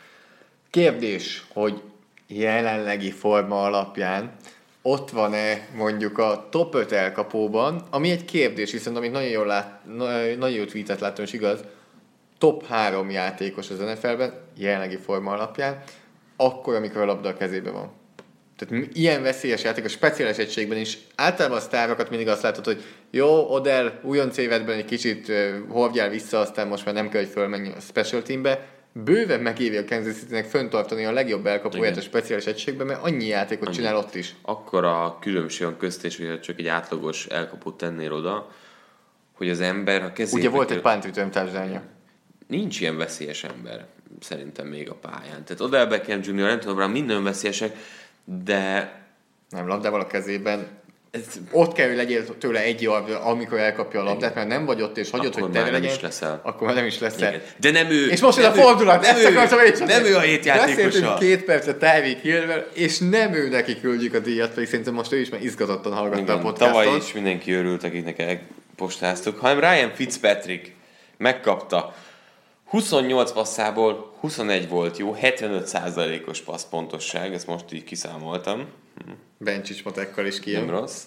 Kérdés, hogy jelenlegi forma alapján ott van-e mondjuk a top 5 elkapóban, ami egy kérdés, hiszen amit nagyon jó tweetet láttam, és igaz, top 3 játékos az NFL-ben, jelenlegi forma alapján, akkor, amikor a labda a kezében van. Tehát ilyen veszélyes játékos, speciális egységben is, általában a sztárokat mindig azt látod, hogy jó, Odell újonc évedben egy kicsit hordjál vissza, aztán most már nem kell, hogy fölmenj a special teambe, bőven megéri a Kansas City-nek föntartani a legjobb elkapóját a speciális egységben, mert annyi játékot csinál ott is. Akkor a különbség van közt, és hogy csak egy átlagos elkapót tennél oda, hogy az ember a kezébe... Ugye volt egy punt return touchdownja. Nincs ilyen veszélyes ember, szerintem még a pályán. Tehát Odell Beckham Jr., nem tudom, rá minden veszélyesek, de... Nem, labdával a kezében. Ott kell, hogy legyél tőle egy yard, amikor elkapja a labdát, mert nem vagy ott, és hagyod, hogy te legyen. Akkor már nem is leszel. De nem ő. És most jön a fordulat. Nem ő a 7 játékosa. Beszéltünk 2 percet Tyreek Hillvel, és nem ő neki küldjük a díjat, pedig szerintem most ő is már izgatottan hallgatta a podcastot. Tavaly is mindenki örült, akiknek elpostáztuk, hanem Ryan Fitzpatrick megkapta. 28 passzából 21 volt jó, 75%-os passzpontosság, ezt most így kiszámoltam. Bencsics matekkal is kijön. Nem rossz.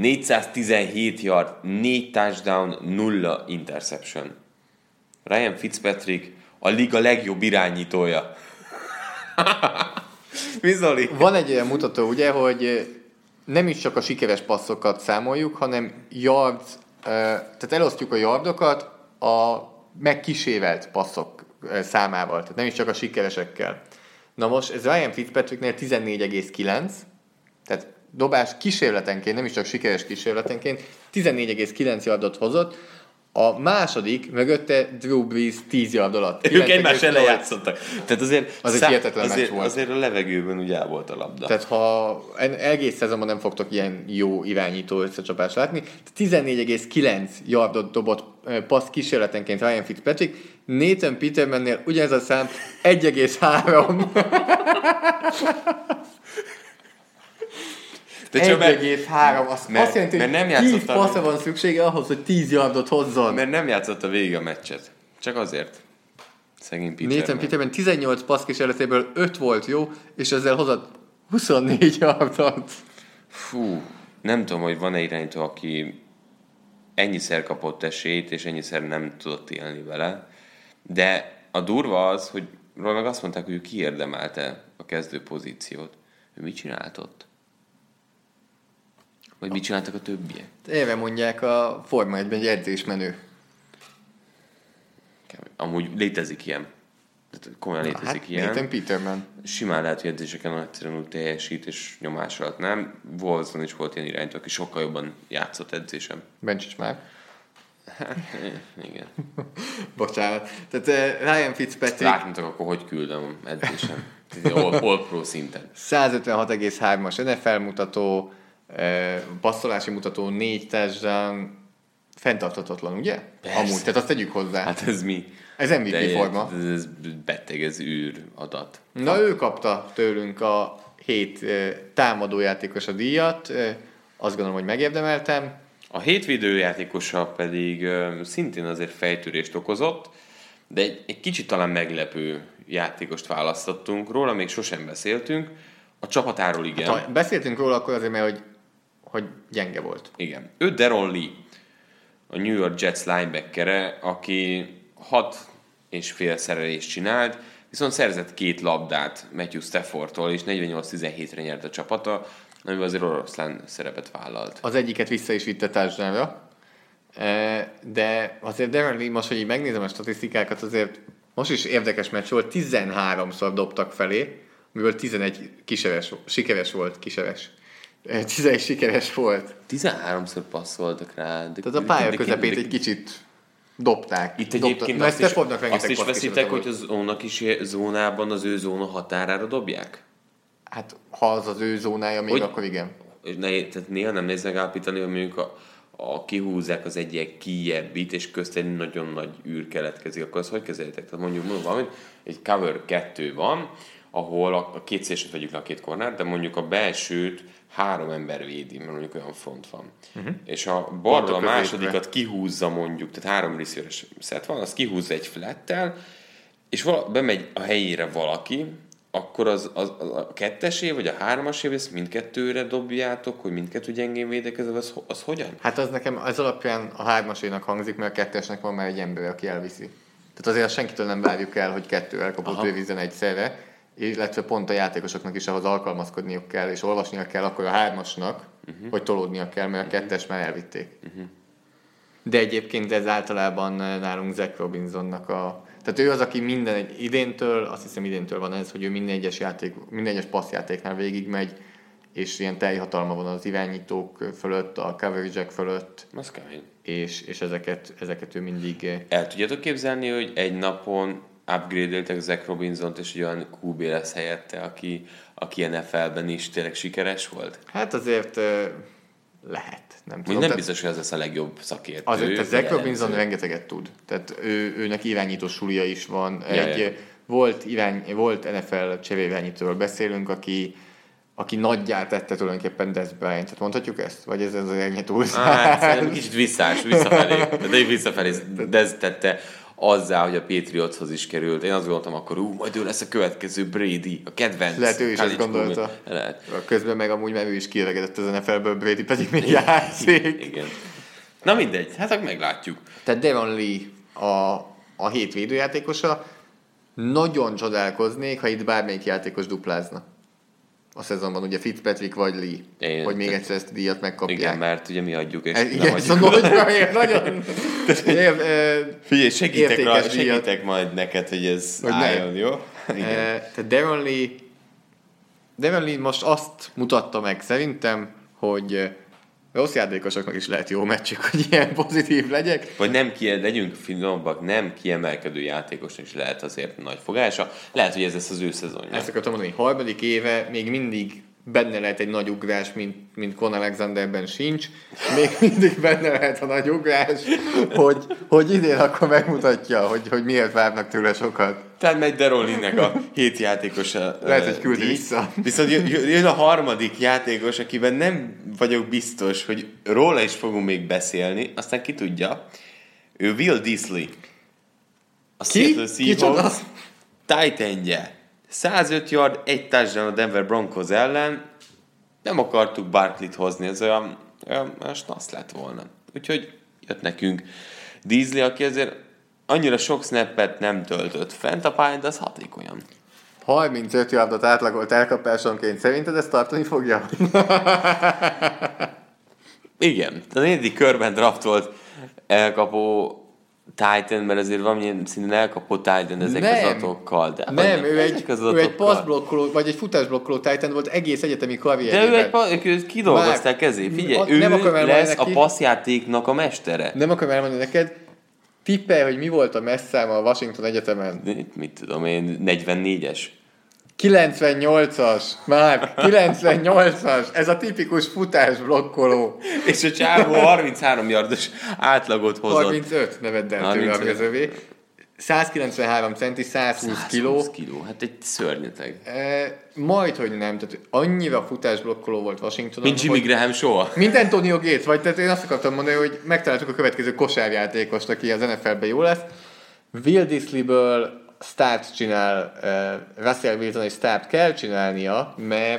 417 yard, 4 touchdown, 0 interception. Ryan Fitzpatrick a liga legjobb irányítója. Mi Zoli? Van egy olyan mutató, ugye, hogy nem is csak a sikeres passzokat számoljuk, hanem yards, tehát elosztjuk a yardokat a megkísérelt passzok számával, tehát nem is csak a sikeresekkel. Na most ez Ryan Fitzpatricknél 14,9, tehát dobás kísérletenként, nem is csak sikeres kísérletenként, 14,9 yardot hozott, a második mögötte Drew Brees 10 yard alatt. Ők egymás ellen játszottak. Tehát azért, meccs volt. Azért a levegőben ugye el volt a labda. Tehát ha egész szezonban nem fogtok ilyen jó irányító összecsapást látni, 14,9 yardot dobott passz kísérletenként Ryan Fitzpatrick, Nathan Petermannél ugyanez a szám 1,3. 1,3. Azt jelenti, hogy 10 passzra van szüksége ahhoz, hogy 10 yardot hozzon. Mert nem játszotta végig a meccset. Csak azért. Szegény Peterman. Nathan Peterman 18 passz kísérletéből 5 volt jó, és ezzel hozott 24 yardot. Fú, nem tudom, hogy van-e irányító, aki ennyiszer kapott esélyt, és ennyiszer nem tudott élni vele. De a durva az, hogy róla meg azt mondták, hogy ő kiérdemelte a kezdő pozíciót. Ő mit csinált ott? Vagy mit csináltak a többiek? Erre mondják a Forma 1-ben egy edzésmenő. Amúgy létezik ilyen. Komolyan létezik ilyen. Nathan Peterman. Simán lehet, hogy edzéseken egyszerűen úgy teljesít, és nyomás alatt nem. Wolvesban is volt ilyen irányító, aki sokkal jobban játszott edzésem. Bencsics már. Igen. Bocsánat. Tehát Ryan Fitzpatrick... Látnátok, akkor hogy küldöm edzésem. All pro szinten. 156,3-as NFL mutató, passzolási mutató, 4 touchdown, fenntarthatatlan, ugye? Persze. Amúgy, tehát azt tegyük hozzá. Hát ez mi? Ez MVP forma. Ez beteg, ez űr adat. Na, ő kapta tőlünk a 7 támadójátékos a díjat. Azt gondolom, hogy megérdemeltem. A hét védőjátékosa pedig szintén azért fejtörést okozott, de egy kicsit talán meglepő játékost választottunk. Róla még sosem beszéltünk. A csapatáról igen. Hát, ha beszéltünk róla, akkor azért, mert hogy gyenge volt. Igen. Ő Deron Lee, a New York Jets linebackere, aki 6,5 szerelést csinált, viszont szerzett 2 labdát Matthew Staffordtól, és 48-17-re nyert a csapata, amiben azért oroszlán szerepet vállalt. Az egyiket vissza is vitte touchdownra, de azért Deron Lee, most, hogy így megnézem a statisztikákat, azért most is érdekes meccs volt, 13-szor dobtak felé, amiből 11 sikeres volt. 11 sikeres volt. 13-szor passzoltak rá. Tehát a pálya közepét egy kicsit dobták. Itt egyébként azt is veszitek, hogy az zónak is zónában az ő zóna határára dobják? Hát, ha az az ő zónája még, akkor igen. Tehát néha nem néz megállapítani, hogy mondjuk a kihúzzák az egyik kijebbit, és közt egy nagyon nagy űr keletkezik, akkor azt hogy kezeljétek? Tehát mondjuk valamit, egy cover 2 van, ahol a két szélsőt vegyük le a két kornát, de mondjuk a belsőt 3 ember védi, mert mondjuk olyan front van. És a balról a másodikat kihúzza mondjuk, tehát 3 receiveres set van, az kihúzza egy flattel, és bemegy a helyére valaki, akkor az a 2-esé, vagy a 3-asé, ezt mindkettőre dobjátok, hogy mindkettő gyengén védekező, az hogyan? Hát az nekem az alapján a 3-asénak hangzik, mert a 2-esnek van már egy ember, aki elviszi. Tehát azért senkitől nem várjuk el, hogy 2 elkapott őrizzen egyszerre, illetve pont a játékosoknak is ahhoz alkalmazkodniuk kell, és olvasnia kell akkor a 3-asnak, hogy tolódnia kell, mert a 2-es már elvitték. De egyébként ez általában nálunk Zach Robinsonnak tehát ő az, aki azt hiszem idéntől van ez, hogy ő minden egyes passzjátéknál végigmegy, és ilyen teljhatalma van az irányítók fölött, a coverage-ek fölött. Az kemény. És ezeket ő mindig... El tudjátok képzelni, hogy egy napon upgrade-eltek Zach Robinsont, és olyan QB lesz helyette, aki NFL-ben is tényleg sikeres volt? Hát azért lehet. Nem tudom. Nem biztos, hogy ez lesz a legjobb szakértő. Azért a Zach Robinson rengeteget tud. Tehát őnek irányító sulia is van. Volt NFL cserélirányítóról beszélünk, aki nagyját tette tulajdonképpen Dez Bryant. Tehát mondhatjuk ezt? Vagy ez az ennyi túlzás? Hát, kicsit visszafelé. De visszafelé Dez tette azzal, hogy a Patriotshoz is került. Én azt gondoltam akkor, majd ő lesz a következő Brady, a kedvenc. Lehet ő is ezt gondolta. Közben meg amúgy már ő is kiöregedett az NFL-ből, Brady pedig még játszik. Igen. Na mindegy, hát meglátjuk. Tehát Deron Lee a 7 védőjátékosa. Nagyon csodálkoznék, ha itt bármelyik játékos duplázna. A szezonban ugye Fitzpatrick vagy Lee, hogy még egyszer ezt a díjat megkapják. Igen, mert ugye mi adjuk, és nem adjuk. Szóval nagyon figyelj, segítek majd neked, hogy ez álljon, jó? Tehát Deron Lee most azt mutatta meg szerintem, hogy rossz játékosoknak is lehet jó meccsük, hogy ilyen pozitív legyek. Vagy legyünk finomabbak, nem kiemelkedő játékosnak is lehet azért nagy fogása. Lehet, hogy ez lesz az ő szezonja. Ezt akartam mondani, harmadik éve még mindig benne lehet egy nagy ugrás, mint Con Alexanderben sincs. Még mindig benne lehet a nagy ugrás, hogy idén akkor megmutatja, hogy miért várnak tőle sokat. Tehát megy Deron Lee-nek a 7 játékosa. Lehet, hogy küldi vissza. Viszont jön a harmadik játékos, akiben nem vagyok biztos, hogy róla is fogunk még beszélni, aztán ki tudja. Ő Will Dissly. A Seattle Seahawks tight endje. 105 yard, 1 touchdown a Denver Broncos ellen. Nem akartuk Barkley-t hozni, ez olyan snasz lett volna. Úgyhogy jött nekünk Dissly, aki azért annyira sok snappet nem töltött fent a pályán, de az hatékonyan. 35 yardot átlagolt elkapásonként. Szerinted ezt tartani fogja? Igen. A 4. körben draftolt elkapó Titan, mert azért valamilyen színen elkapott Titan ezek az adatokkal. De nem, ő egy passzblokkoló, vagy egy futásblokkoló Titan volt egész egyetemi karrierjében. De őt kidolgozták ezért. Figyelj, ő lesz a passzjátéknak a mestere. Nem akarom elmondani neked. Tippelj, hogy mi volt a messzáma a Washington Egyetemen? Mit tudom én, 44-es. 98-as, már 98-as, ez a tipikus futásblokkoló. És a csávó 33 yardos átlagot hozott. 35, ne vedd el tőle a közövé. 193 centi, 120 kiló. Hát egy szörnyeteg. Majdhogy nem, tehát annyira futásblokkoló volt Washingtonon. Mint Jimmy Graham soha. Mint Antonio Gates, vagy tehát én azt akartam mondani, hogy megtaláltuk a következő kosárjátékost, aki az NFL-ben jó lesz. Will Dissleyből start csinál Russell Wilson, és start kell csinálnia,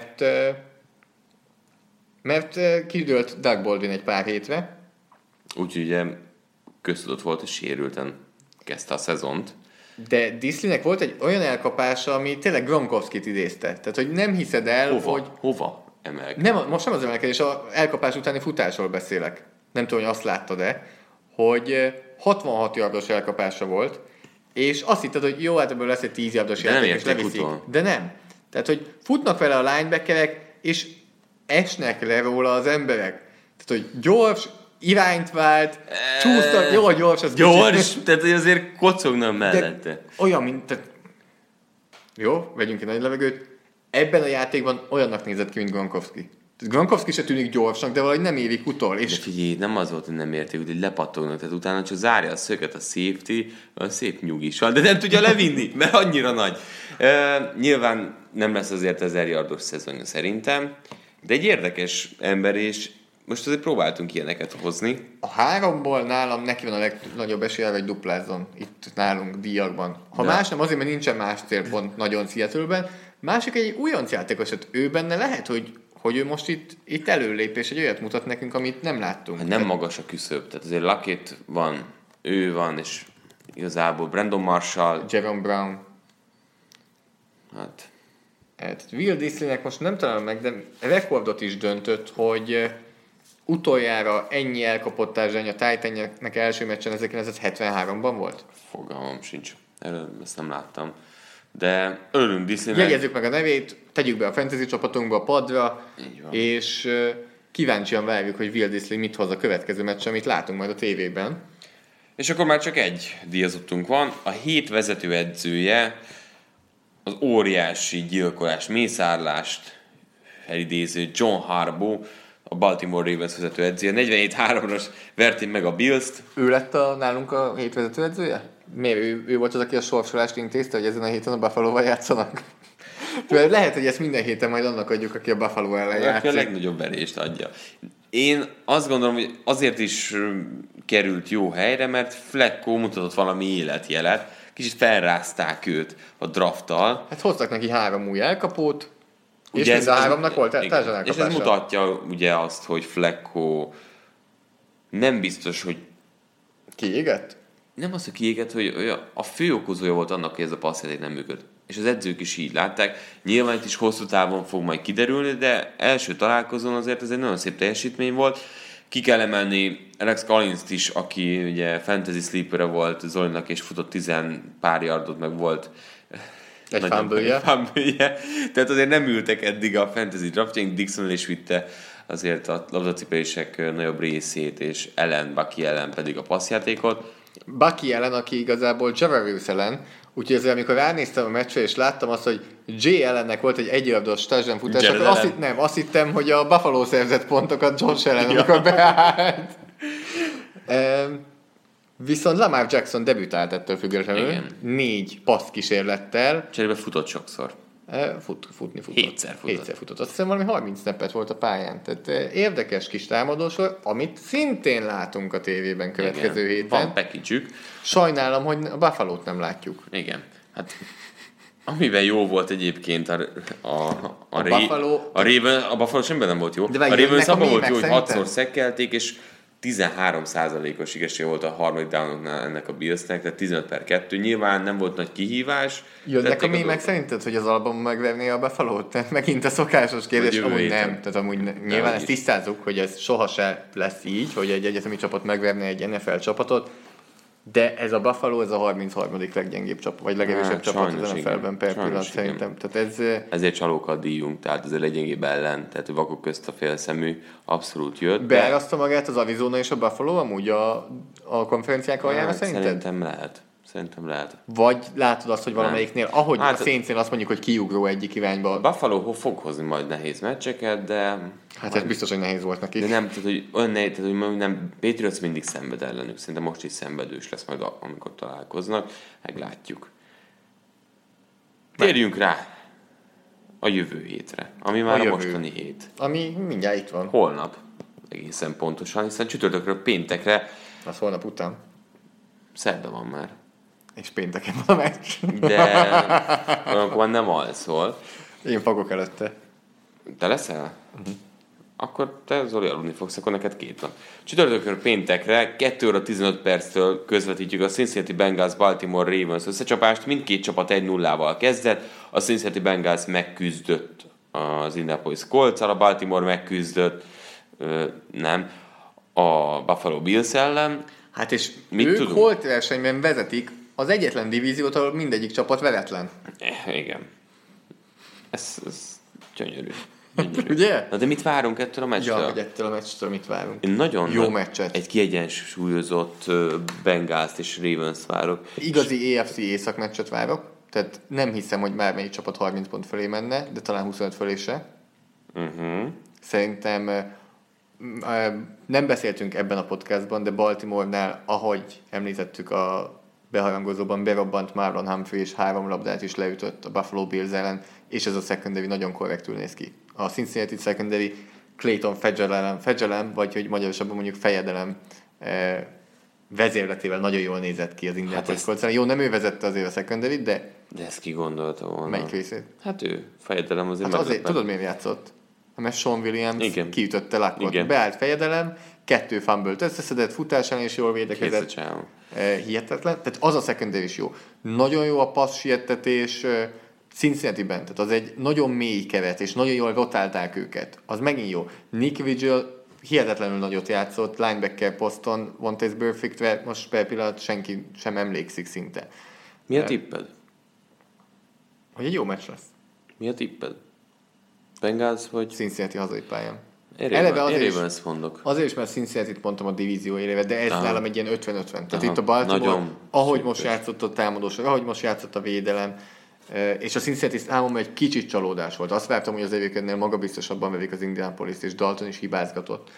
mert kidőlt Doug Baldwin egy pár hétre. Úgyhogy ugye köztudott volt, hogy sérülten kezdte a szezont. De Disleynek volt egy olyan elkapása, ami tényleg Gronkowskit idézte. Tehát, hogy nem hiszed el, hogy... Hova emelkedik? Most nem az emelkedés, az elkapás utáni futásról beszélek. Nem tudom, hogy azt láttad-e, hogy 66 yardos elkapása volt, és azt hitted, hogy jó, hát ebből lesz egy 10 yardos játék, és leviszik. De nem. Tehát, hogy futnak vele a linebackerek, és esnek le róla az emberek. Tehát, hogy gyors, irányt vált, csúsztak, jó, gyors, az gyors, kicsit. tehát hogy azért kocognak mellette. De olyan, mint... Tehát, jó, vegyünk egy nagy levegőt. Ebben a játékban olyannak nézett ki, mint Gronkowski. Gronkowski se tűnik gyorsnak, de valahogy nem érik utol. És... De figyelj, nem az volt, hogy nem érték, hogy lepattognak, tehát utána csak zárja a szöget a safety, a szép nyugis van, de nem tudja levinni, mert annyira nagy. Nyilván nem lesz azért 1000 yardos szezonja szerintem, de egy érdekes ember, és most azért próbáltunk ilyeneket hozni. A 3-ból nálam neki van a legnagyobb esélye, hogy duplázzon itt nálunk díjakban. Ha de. Más nem, azért, mert nincsen más célpont nagyon Seattle-ben. Másik egy újonc játékos, hát ő benne lehet, hogy ő most itt előlép, és egy olyat mutat nekünk, amit nem láttunk. Hát nem magas a küszöb, tehát azért Lockett van, ő van, és igazából Brandon Marshall. Jerome Brown. Hát Will Disslynek most nem találom meg, de rekordot is döntött, hogy utoljára ennyi elkapott társadalmi a Titannek első meccsen 1973-ban volt? Fogalmam sincs. Ezt nem láttam. De örülünk Disslynek. Jegyezzük meg a nevét, tegyük be a fantasy csapatunkba a padra, és kíváncsian várjuk, hogy Will Dissly mit hoz a következő meccs, amit látunk majd a tévében. És akkor már csak egy díjazottunk van. A 7 vezetőedzője az óriási gyilkolás, mészárlást felidéző John Harbaugh, a Baltimore Ravens vezetőedzője. 47-3-as verti meg a Bills-t. Ő lett nálunk a 7 vezetőedzője? Miért? Ő volt az, aki a sorsolást intézte, hogy ezen a héten a Buffalo-val játszanak? Lehet, hogy ezt minden héten majd annak adjuk, aki a Buffalo ellen játszik. A legnagyobb verést adja. Én azt gondolom, hogy azért is került jó helyre, mert Flacco mutatott valami életjelet. Kicsit felrázták őt a drafttal. Hát hoztak neki 3 új elkapót, ugye és mind a 3-nak volt társadalmi elkapása. És ez mutatja ugye azt, hogy Flacco nem biztos, hogy kiégett? Nem az, hogy kiégett, hogy a fő okozója volt annak, hogy ez a passzjáték nem működ. És az edzők is így látták. Nyilván itt is hosszú távon fog majd kiderülni, de első találkozón azért ez egy nagyon szép teljesítmény volt. Ki kell emelni Alex Collins-t is, aki ugye fantasy sleeper volt Zolinak, és futott 10 pár yardot, meg volt egy fumble-je. Tehát azért nem ültek eddig a fantasy draftjaink, Dixon is vitte azért a labdacipelések nagyobb részét, és Bucky Allen pedig a passzjátékot. Bucky Allen, aki igazából Javarius ellen, úgyhogy ezzel, amikor ránéztem a meccsre, és láttam azt, hogy J. Allennek volt egy egyardos touchdown futás, akkor azt hittem, hogy a Buffalo szerzett pontokat Josh Allen, amikor beállt. Viszont Lamar Jackson debütált ettől függetlenül. 4 passz kísérlettel. Cserébe futott sokszor. Futni futott. 7-szer futott. Azt hiszem valami 30 snappet volt a pályán. Tehát érdekes kis támadósor, amit szintén látunk a tévében következő héten. Van package-ük. Sajnálom, hogy a Buffalo-t nem látjuk. Igen. Hát amivel jó volt egyébként a Buffalo semmiben nem volt jó. A Ravens abban volt jó, hogy 6-szor szekkelték, és 13%-os esélye volt a harmadik downoknál ennek a Billsnek, tehát 15/2. Nyilván nem volt nagy kihívás. Jönnek a mémek szerinted, hogy az album megverné a Buffalo-t? Tehát megint a szokásos kérdés, amúgy nem. Tehát amúgy nyilván ezt tisztázzuk, hogy ez sohasem lesz így, hogy egy egyetemi csapat megverné egy NFL csapatot, de ez a Buffalo, ez a 33. leggyengébb csapat, vagy legerősebb csapat az NFL-ben per pillanat szerintem. Tehát ezért csalókat díjunk, tehát ez a leggyengébb ellen, tehát vakok közt a félszemű abszolút jött. Beáraszta magát az Arizona és a Buffalo amúgy a konferenciák aljára szerinted? Szerintem lehet. Szerintem lehet. Vagy látod azt, hogy valamelyiknél, ahogy Hát, a Saintsnél azt mondjuk, hogy kiugró egyik irányba. A Buffalo fog hozni majd nehéz meccseket, de... Hát ez biztos, hogy nehéz volt neki. De nem, tehát, hogy olyan nehéz, tehát, hogy nem, Patriots mindig szenved ellenük. Szerintem most is szenvedős lesz majd, amikor találkoznak. Meglátjuk. Térjünk rá a jövő hétre, ami már a mostani hét. Ami mindjárt itt van. Holnap, egészen pontosan, hiszen csütörtökről péntekre... Az holnap után. Szerda van már. És pénteken van a meccs. De akkor nem alszol. Én fogok előtte. Te leszel? Akkor te, Zoli, aludni fogsz, akkor neked 2 nap. Csütörtökről péntekre 2 óra 15 perctől közvetítjük a Cincinnati Bengals Baltimore Ravens összecsapást. Mindkét csapat 1-0-val kezdett. A Cincinnati Bengals megküzdött az Indianapolis Colts-al, a Baltimore megküzdött nem, a Buffalo Bills ellen. Hát és mit ők tudunk? holt versenyben vezetik az egyetlen divíziót, ahol mindegyik csapat veretlen. Igen. Ez gyönyörű. Ugye? Na de mit várunk ettől a meccstől? Ja, hogy ettől a meccstől mit várunk? Én nagyon Jó meccset. Egy kiegyensúlyozott Bengals-t és Ravens várok. Igazi AFC északmeccset várok. Tehát nem hiszem, hogy bármelyik csapat 30 pont fölé menne, de talán 25 fölé se. Szerintem nem beszéltünk ebben a podcastban, de Baltimore-nál, ahogy említettük a beharangozóban, berobbant Marlon Humphrey és 3 labdát is leütött a Buffalo Bills ellen, és ez a secondary nagyon korrektül néz ki. A Cincinnati secondary Clayton Fegyelem, vagy hogy magyarosabban mondjuk fejedelem vezérletével nagyon jól nézett ki az Indianapolis Colts. Jó, nem ő vezette azért a secondary, de... De ezt ki gondolta volna? Melyik részét? Hát ő, fejedelem azért. Hát azért, tudod miért játszott? Mert Sean Williams igen. kiütötte Luckot. Igen. Beállt fejedelem, 2 fumble-t összeszedett, futás ellen is jól védekezett. Hihetetlen. Tehát az a secondary is jó. Nagyon jó a passz siettetés Cincinnati-ben. Tehát az egy nagyon mély keret, és nagyon jól rotálták őket. Az megint jó. Nick Vigil hihetetlenül nagyot játszott, linebacker poszton, Vontaze Burfictre most per pillanat senki sem emlékszik szinte. Mi a tipped? Hogy egy jó meccs lesz. Mi a tipped? Bengals vagy? Cincinnati hazai pályán. Eleve azért mondok. Azért is, mert Cincinnati-t mondtam a divízió éléve, de ez nálam egy ilyen 50-50. Tehát itt a Baltimore, nagyon ahogy szükség. most játszott a támadósor, ahogy most játszott a védelem, és a Cincinnati számomra egy kicsit csalódás volt. Azt vártam, hogy az évékennél magabiztosabban vevik az Indianapolis, és Dalton is hibázgatott.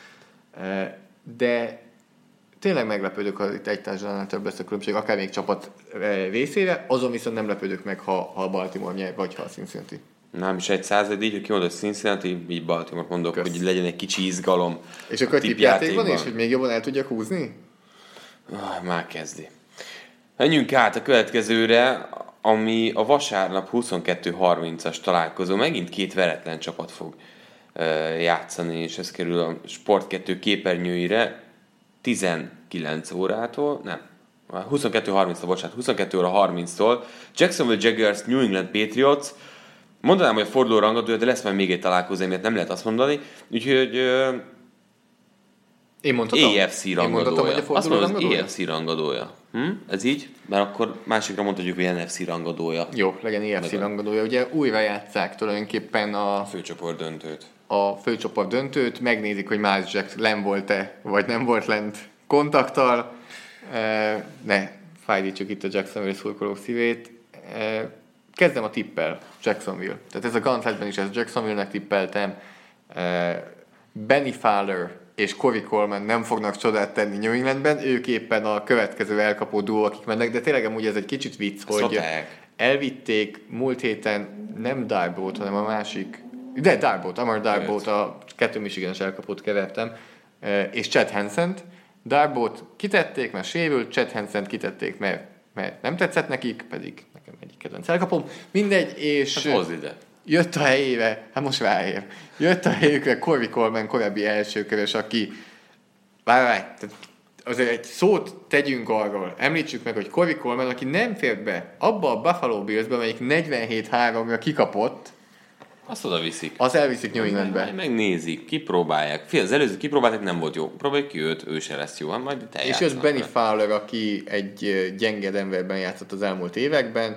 De tényleg meglepődök, ha itt egy társadalmánál több lesz a különbség, akár még csapat részére, azon viszont nem lepődök meg, ha a Baltimore nyer, vagy ha a Cincinnati. Nem is 1%, így, hogy kimondod Cincinnati, így Baltimore mondok, Kösz. hogy legyen egy kicsi izgalom. És akkor a tippjátékban is, hogy még jobban el tudjak húzni? Már kezdi. Menjünk át a következőre, ami a vasárnap 22:30-as találkozó. Megint 2 veretlen csapat fog játszani, és ez kerül a Sport 2 képernyőire 19 órától, nem, 22:30-tól, bocsánat, 22 óra 30-tól. Jacksonville Jaguars, New England Patriots. Mondanám, hogy a forduló rangadója, de lesz majd még egy találkozó, miért nem lehet azt mondani. Úgyhogy Én mondhatom? AFC rangadója. Én mondhatom, hogy a azt forduló mondom, az rangadója? AFC rangadója. Ez így? Mert akkor másikra mondhatjuk, hogy NFC rangadója. Jó, legyen EFC rangadója. Ugye újra játsszák tulajdonképpen a Főcsoport döntőt. főcsoport döntőt, megnézik, hogy Miles Jack len volt-e, vagy nem volt lent kontakttal. Ne fájdítsuk itt a Jacksonville szurkolók szívét. Kezdem a tippel, Jacksonville. Tehát ez a Gauntletben is, ezt Jacksonville-nek tippeltem. Benny Fowler és Corey Coleman nem fognak csodát tenni New Englandben, ők éppen a következő elkapó duó, akik mennek, de tényleg amúgy ez egy kicsit vicc, hogy elvitték múlt héten nem Darbolt, hanem a másik, de Darbolt, Amar Darbolt, a 2 Michigan-es elkapót kevertem, és Chad Hansen-t. Darbolt kitették, mert sérült, Chad Hansen-t kitették, mert nem tetszett nekik, pedig nekem egyik kedvenc elkapom. Mindegy, és... Hát hozz ide. Jött a helyébe, hát most ráér. Jött a helyükre Corey Coleman, korábbi elsőkörös, aki... Várj, azért egy szót tegyünk arról. Említsük meg, hogy Corey Coleman, aki nem fért be abba a Buffalo Bills-be, amelyik 47-3-ra kikapott, Azt oda viszik. az elviszik New Englandbe. Megnézik, kipróbálják. Fia, az előző kipróbálták, nem volt jó. Próbáljuk ki őt, ő se lesz jó. Hát majd te És jött Benny Fowler, aki egy gyenge Denverben játszott az elmúlt években.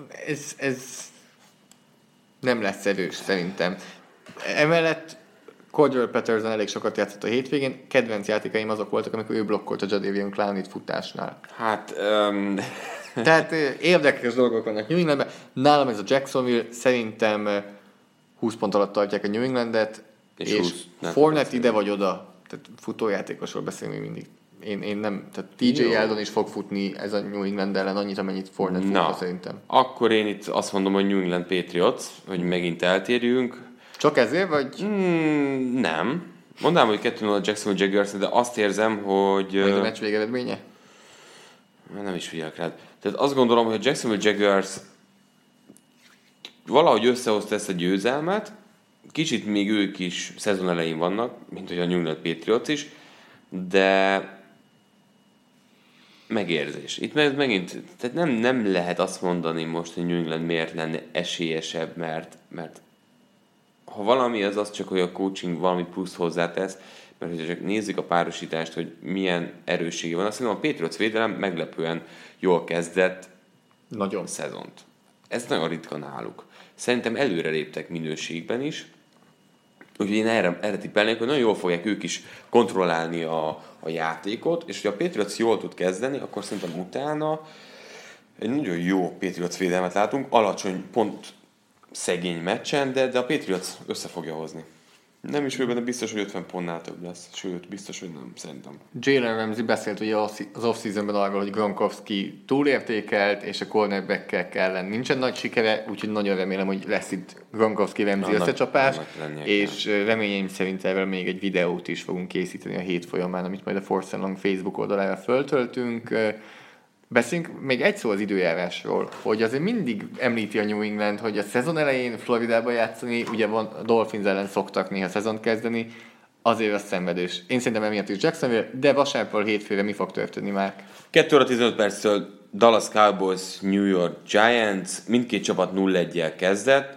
Ez nem lesz erős, szerintem. Emellett Cordell Patterson elég sokat játszott a hétvégén, kedvenc játékaim azok voltak, amikor ő blokkolt a Jadavion Clowney-t futásnál. Hát... Tehát érdekes dolgok vannak New Englandben. Nálam ez a Jacksonville, szerintem 20 pont alatt tartják a New Englandet, és Fournette ide vagy oda, tehát futójátékosról beszélünk mindig. Én nem, tehát TJ Yeldon is fog futni ez a New England ellen annyit, amennyit Fournette futna szerintem. Akkor én itt azt mondom, hogy New England Patriots, hogy megint eltérjünk. Csak ezért, vagy? Nem. Mondanám, hogy 2-0 a Jacksonville Jaguars, de azt érzem, hogy... Vagy a meccs végeredménye? Nem is figyelek rád. Tehát azt gondolom, hogy a Jacksonville Jaguars valahogy összehozta ezt a győzelmet, kicsit még ők is szezon elején vannak, mint hogy a New England Patriots is, de megérzés. Itt megint, tehát nem lehet azt mondani most, hogy New England miért lenne esélyesebb, mert ha valami, az csak, hogy a coaching valami plusz hozzátesz, mert hogyha csak nézzük a párosítást, hogy milyen erőssége van, azt hiszem a Patriots védelem meglepően jól kezdett nagyon szezont. Ez nagyon ritka náluk. Szerintem előre léptek minőségben is, úgyhogy én erre tippelnék, hogy nagyon jól fogják ők is kontrollálni a játékot, és hogy a Patriots jól tud kezdeni, akkor szerintem utána egy nagyon jó Patriots védelmet látunk, alacsony pont szegény meccsen, de a Patriots össze fogja hozni. Nem is benne biztos, hogy 50 pontnál több lesz. Sőt, biztos, hogy nem, szerintem. Jalen Ramsey beszélt ugye az off-seasonben arról, hogy Gronkowski túlértékelt, és a cornerback-ek ellen nincsen nagy sikere, úgyhogy nagyon remélem, hogy lesz itt Gronkowski-Ramsey összecsapás, és reményeim szerint erről még egy videót is fogunk készíteni a hét folyamán, amit majd a Force Long Facebook oldalára föltöltünk. Beszéljünk még egy szó az időjárásról, hogy azért mindig említi a New England, hogy a szezon elején Floridába játszani, ugye a Dolphins ellen szoktak néha szezont kezdeni, azért az szenvedős. Én szerintem emiatt is Jacksonville, de vasárnapról hétfőre mi fog történni már? 2 óra 15 perctől Dallas Cowboys, New York Giants, mindkét csapat 0-1-jel kezdett.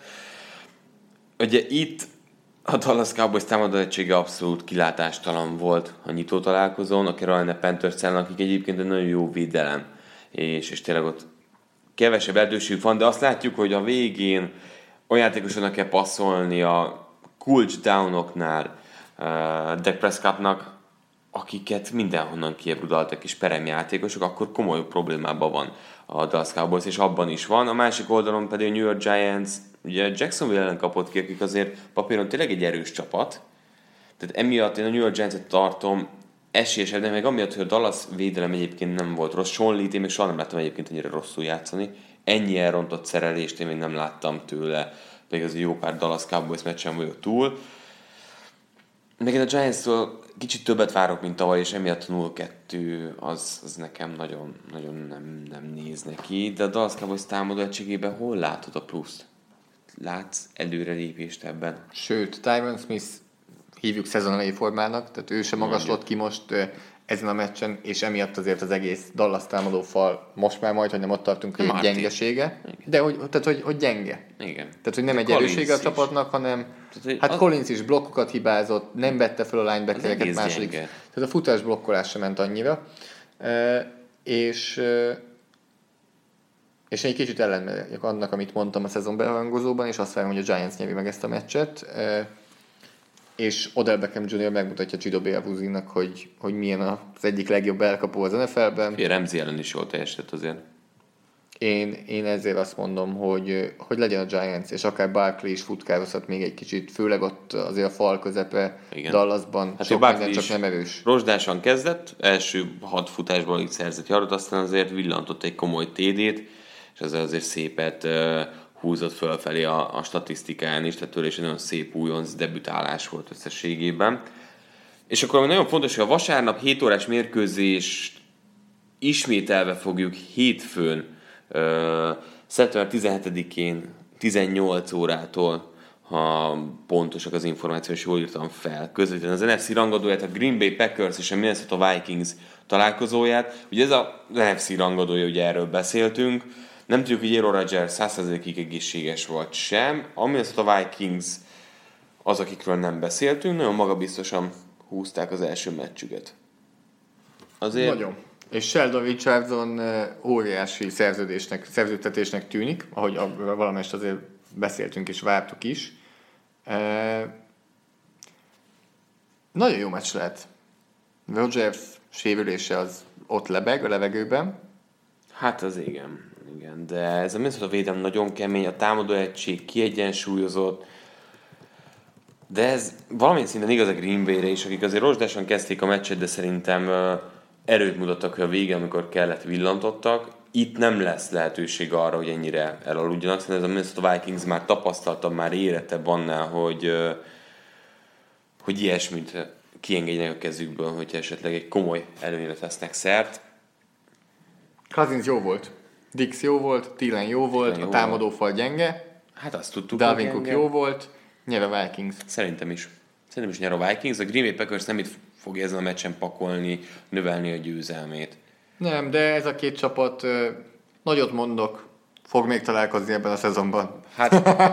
Ugye itt a Dallas Cowboys támadó egysége abszolút kilátástalan volt a nyitó találkozón, a Carolina Panthers ellen, akik egyébként egy nagyon jó védelem, és tényleg ott kevesebb lehetőségük van, de azt látjuk, hogy a végén olyan játékosoknak kell passzolni a cool downoknál Dak Prescottnak, akiket mindenhonnan kiebrudaltak és peremjátékosok, akkor komoly problémában van a Dallas Cowboys, és abban is van. A másik oldalon pedig a New York Giants, ugye Jacksonville ellen kapott ki, akik azért papíron tényleg egy erős csapat, tehát emiatt én a New York Giants-et tartom esélyesebb, de meg amiatt, hogy a Dallas védelem egyébként nem volt rossz. Sean Lee-t én még soha nem láttam egyébként ennyire rosszul játszani. Ennyi elrontott szerelést én még nem láttam tőle, pedig az jó pár Dallas Cowboys meccsen vagyok túl. Meg én a Giants-től kicsit többet várok, mint tavaly, és emiatt a 0-2 az nekem nagyon nem néz neki. De a Dallas Cowboys támadó egységében hol látod a pluszt? Látsz előrelépést ebben? Sőt, Tyron Smith hívjuk szezon elejé formának, tehát ő sem magaslott ki most ezen a meccsen, és emiatt azért az egész Dallas támadó fal most már majd, hogy nem ott tartunk, hogy gyengesége, de hogy gyenge. Igen. Tehát, hogy nem egy erősége a csapatnak, hanem hát Collins is blokkokat hibázott, nem vette fel a linebackereket második. Gyenge. Tehát a futás blokkolás sem ment annyira. És én egy kicsit ellenmegyek annak, amit mondtam a szezon beharangozóban, és azt várom, hogy a Giants nyeri meg ezt a meccset. És Odell Beckham Jr. megmutatja Chidobe Awuzie-nak, hogy milyen az egyik legjobb elkapó az NFL-ben. Ramsey ellen is jól teljesített azért. Én ezért azt mondom, hogy legyen a Giants, és akár Barkley is futkározhat még egy kicsit, főleg ott azért a fal közepe Dallasban, hát sok minden csak nem erős. Rozsdásan kezdett, első 6 futásból így szerzett yardot, aztán azért villantott egy komoly TD-t, és ezzel azért szépet húzott fölfelé a statisztikán is, tehát tőle is egy nagyon szép újonc debütálás volt összességében. És akkor ami nagyon fontos, hogy a vasárnap 7 órás mérkőzést ismételve fogjuk hétfőn, szeptember 17-én 18 órától, ha pontosak az információ, és jól írtam fel, közvetlenül az NFC rangadóját, a Green Bay Packers és a Minnesota Vikings találkozóját. Ugye ez az NFC rangadója, ugye erről beszéltünk. Nem tudjuk, hogy Aaron Rodgers 100%-ig egészséges volt sem. A Minnesota Vikings az, akikről nem beszéltünk, nagyon magabiztosan húzták az első meccsüket. Azért... Nagyon. És Sheldon Richardson óriási szerződtetésnek tűnik, ahogy valamelyest azért beszéltünk és vártuk is. Nagyon jó meccs lehet. Rodgers sérülése az ott lebeg a levegőben. Hát az igen, de ez a Minnesota védelem nagyon kemény, a támadó egység kiegyensúlyozott, de ez valamilyen szinten igaz a Green Bay-re is, akik azért rozsdásan kezdték a meccset, de szerintem erőt mutattak, hogy a végén, amikor kellett, villantottak. Itt nem lesz lehetőség arra, hogy ennyire elaludjanak, szerintem ez a Minnesota Vikings már tapasztaltabb, már érettebb annál, hogy ilyesmit kiengedjenek a kezükből, hogyha esetleg egy komoly előnyre tesznek szert. Cousins jó volt, Dix jó volt, Thielen jó volt, a támadófal gyenge. Hát azt tudtuk, Dalvin Cook jó volt, nyer a Vikings. Szerintem is nyer a Vikings. A Green Bay Packers nem itt fogja ezen a meccsen pakolni, növelni a győzelmét. Nem, de ez a két csapat, nagyot mondok, fog még találkozni ebben a szezonban. Hát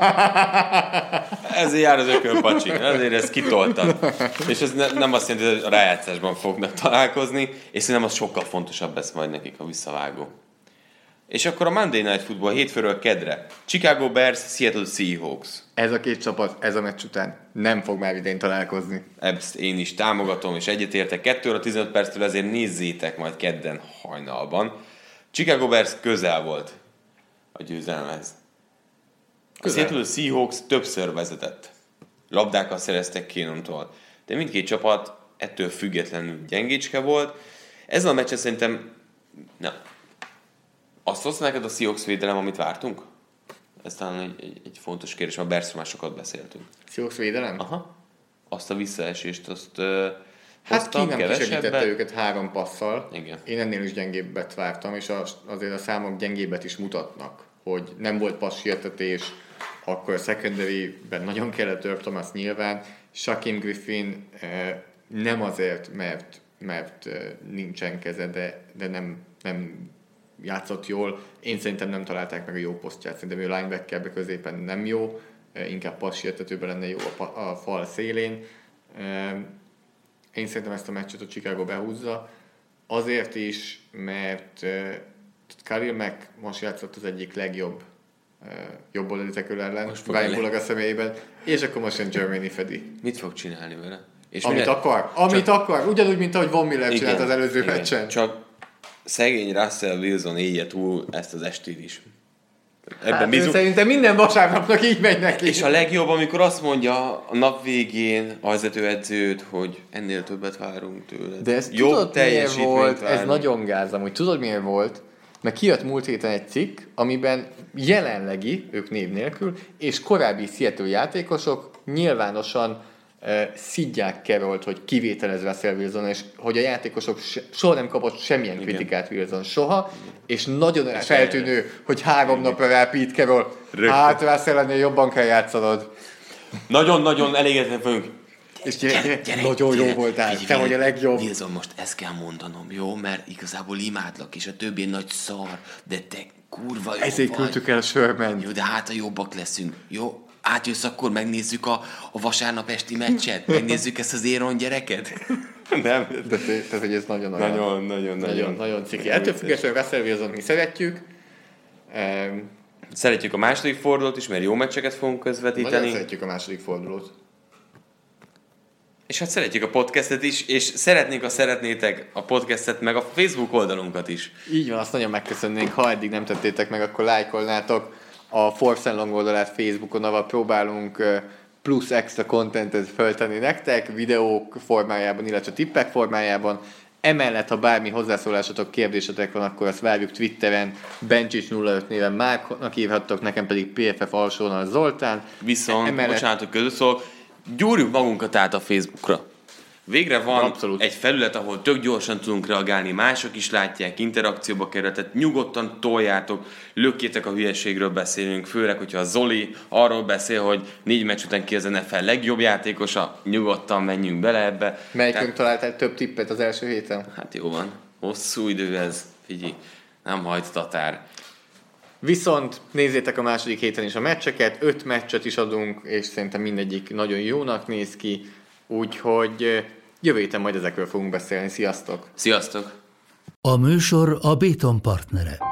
ezért jár az ökölpacsi, ezért ezt kitoltad. És ez nem azt jelenti, hogy a rájátszásban fognak találkozni, és szerintem az sokkal fontosabb lesz majd nekik a visszavágó. És akkor a Monday Night Football hétfőről kedre. Chicago Bears, Seattle Seahawks. Ez a két csapat, ez a meccs után nem fog már idén találkozni. Ezt én is támogatom, és egyetértek. 2 óra 15 perctől, ezért nézzétek majd kedden hajnalban. Chicago Bears közel volt a győzelemhez. A Seattle Seahawks többször vezetett. Labdákkal szereztek Cannontól. De mindkét csapat ettől függetlenül gyengécske volt. Ez a meccs szerintem... Nem. Azt hozta neked a Seahawks védelem, amit vártunk? Ez talán egy fontos kérdés, mert a Bearsről már sokat beszéltünk. Seahawks védelem? Aha. Azt a visszaesést, azt hát ki nem kisegítette őket 3 passzal. Igen. Én ennél is gyengébbet vártam, és azért a számok gyengébbet is mutatnak, hogy nem volt passzsietetés, akkor a secondary-ben nagyon kellett Earl Thomas nyilván. Shaquem Griffin nem azért, mert nincsen keze, de nem játszott jól. Én szerintem nem találták meg a jó posztját. Szerintem ő linebackerbe középen nem jó, inkább passzsietetőben lenne jó a fal szélén. Én szerintem ezt a meccset a Chicago behúzza. Azért is, mert Khalil Mack most játszott az egyik legjobb jobb oldali tackle ellen, Brian Bulaga személyében, és akkor most jön Germany fedi. Mit fog csinálni vele? És amit akar, ugyanúgy, mint ahogy Von Miller csinált az előző meccsen. Csak szegény Russell Wilson élje túl ezt az estét is. Ebben szerintem minden vasárnapnak így megy neki. És a legjobb, amikor azt mondja a nap végén a vezetőedzőt, hogy ennél többet várunk tőle. De ez tudod miért volt? Várunk. Ez nagyon gáz amúgy. Tudod miért volt? Mert kijött múlt héten egy cikk, amiben jelenlegi, ők név nélkül, és korábbi Seattle játékosok nyilvánosan szidják Carroll-t, hogy kivételez Russell Wilson, és hogy a játékosok soha nem kapott semmilyen kritikát Wilson soha, és nagyon feltűnő, hogy 3 napra rá Pete Carroll, hát Russell ennél jobban kell játszanod. Nagyon-nagyon elégedetlen vagyunk. És gyere, nagyon jó voltál, te vagy a legjobb. Wilson, most ezt kell mondanom, jó? Mert igazából imádlak, és a többi nagy szar, de te kurva jó ezért küldtük el a Sherman. Jó, de hát a jobbak leszünk, jó? Átjössz, akkor megnézzük a vasárnap esti meccset? Megnézzük ezt az Éron gyereket? Nem. De tehát, hogy ez nagyon ciki. Ettől függetlenül Russell Wilson mi szeretjük. Szeretjük a második fordulót is, mert jó meccseket fogunk közvetíteni. Nagyon szeretjük a második fordulót. És hát szeretjük a podcastet is, és szeretnénk, ha szeretnétek a podcastet, meg a Facebook oldalunkat is. Így van, azt nagyon megköszönnénk, ha eddig nem tettétek meg, akkor lájkolnátok a Force and Long oldalát Facebookon, ahol próbálunk plusz extra contentet föltenni nektek, videók formájában, illetve tippek formájában. Emellett, ha bármi hozzászólásotok, kérdésetek van, akkor azt várjuk Twitteren, Bencsics05 néven Márknak írhattok, nekem pedig PFF alsónal Zoltán. Viszont, bocsánatok, közösszól, gyúrjuk magunkat át a Facebookra. Végre van egy felület, ahol tök gyorsan tudunk reagálni, mások is látják, interakcióba kerül, tehát nyugodtan toljátok, lökjétek a hülyeségről beszélünk, főleg, hogyha a Zoli arról beszél, hogy 4 meccs után ki az NFL legjobb játékosa, nyugodtan menjünk bele ebbe. Melyikünk találtál több tippet az első héten? Hát jó van, hosszú idő ez, figyelj, nem hajt tatár. Viszont nézzétek a második héten is a meccseket, 5 meccset is adunk, és szerintem mindegyik nagyon jónak néz ki, úgyhogy jövő héten majd ezekről fogunk beszélni. Sziasztok! Sziasztok! A műsor a Béton partnere.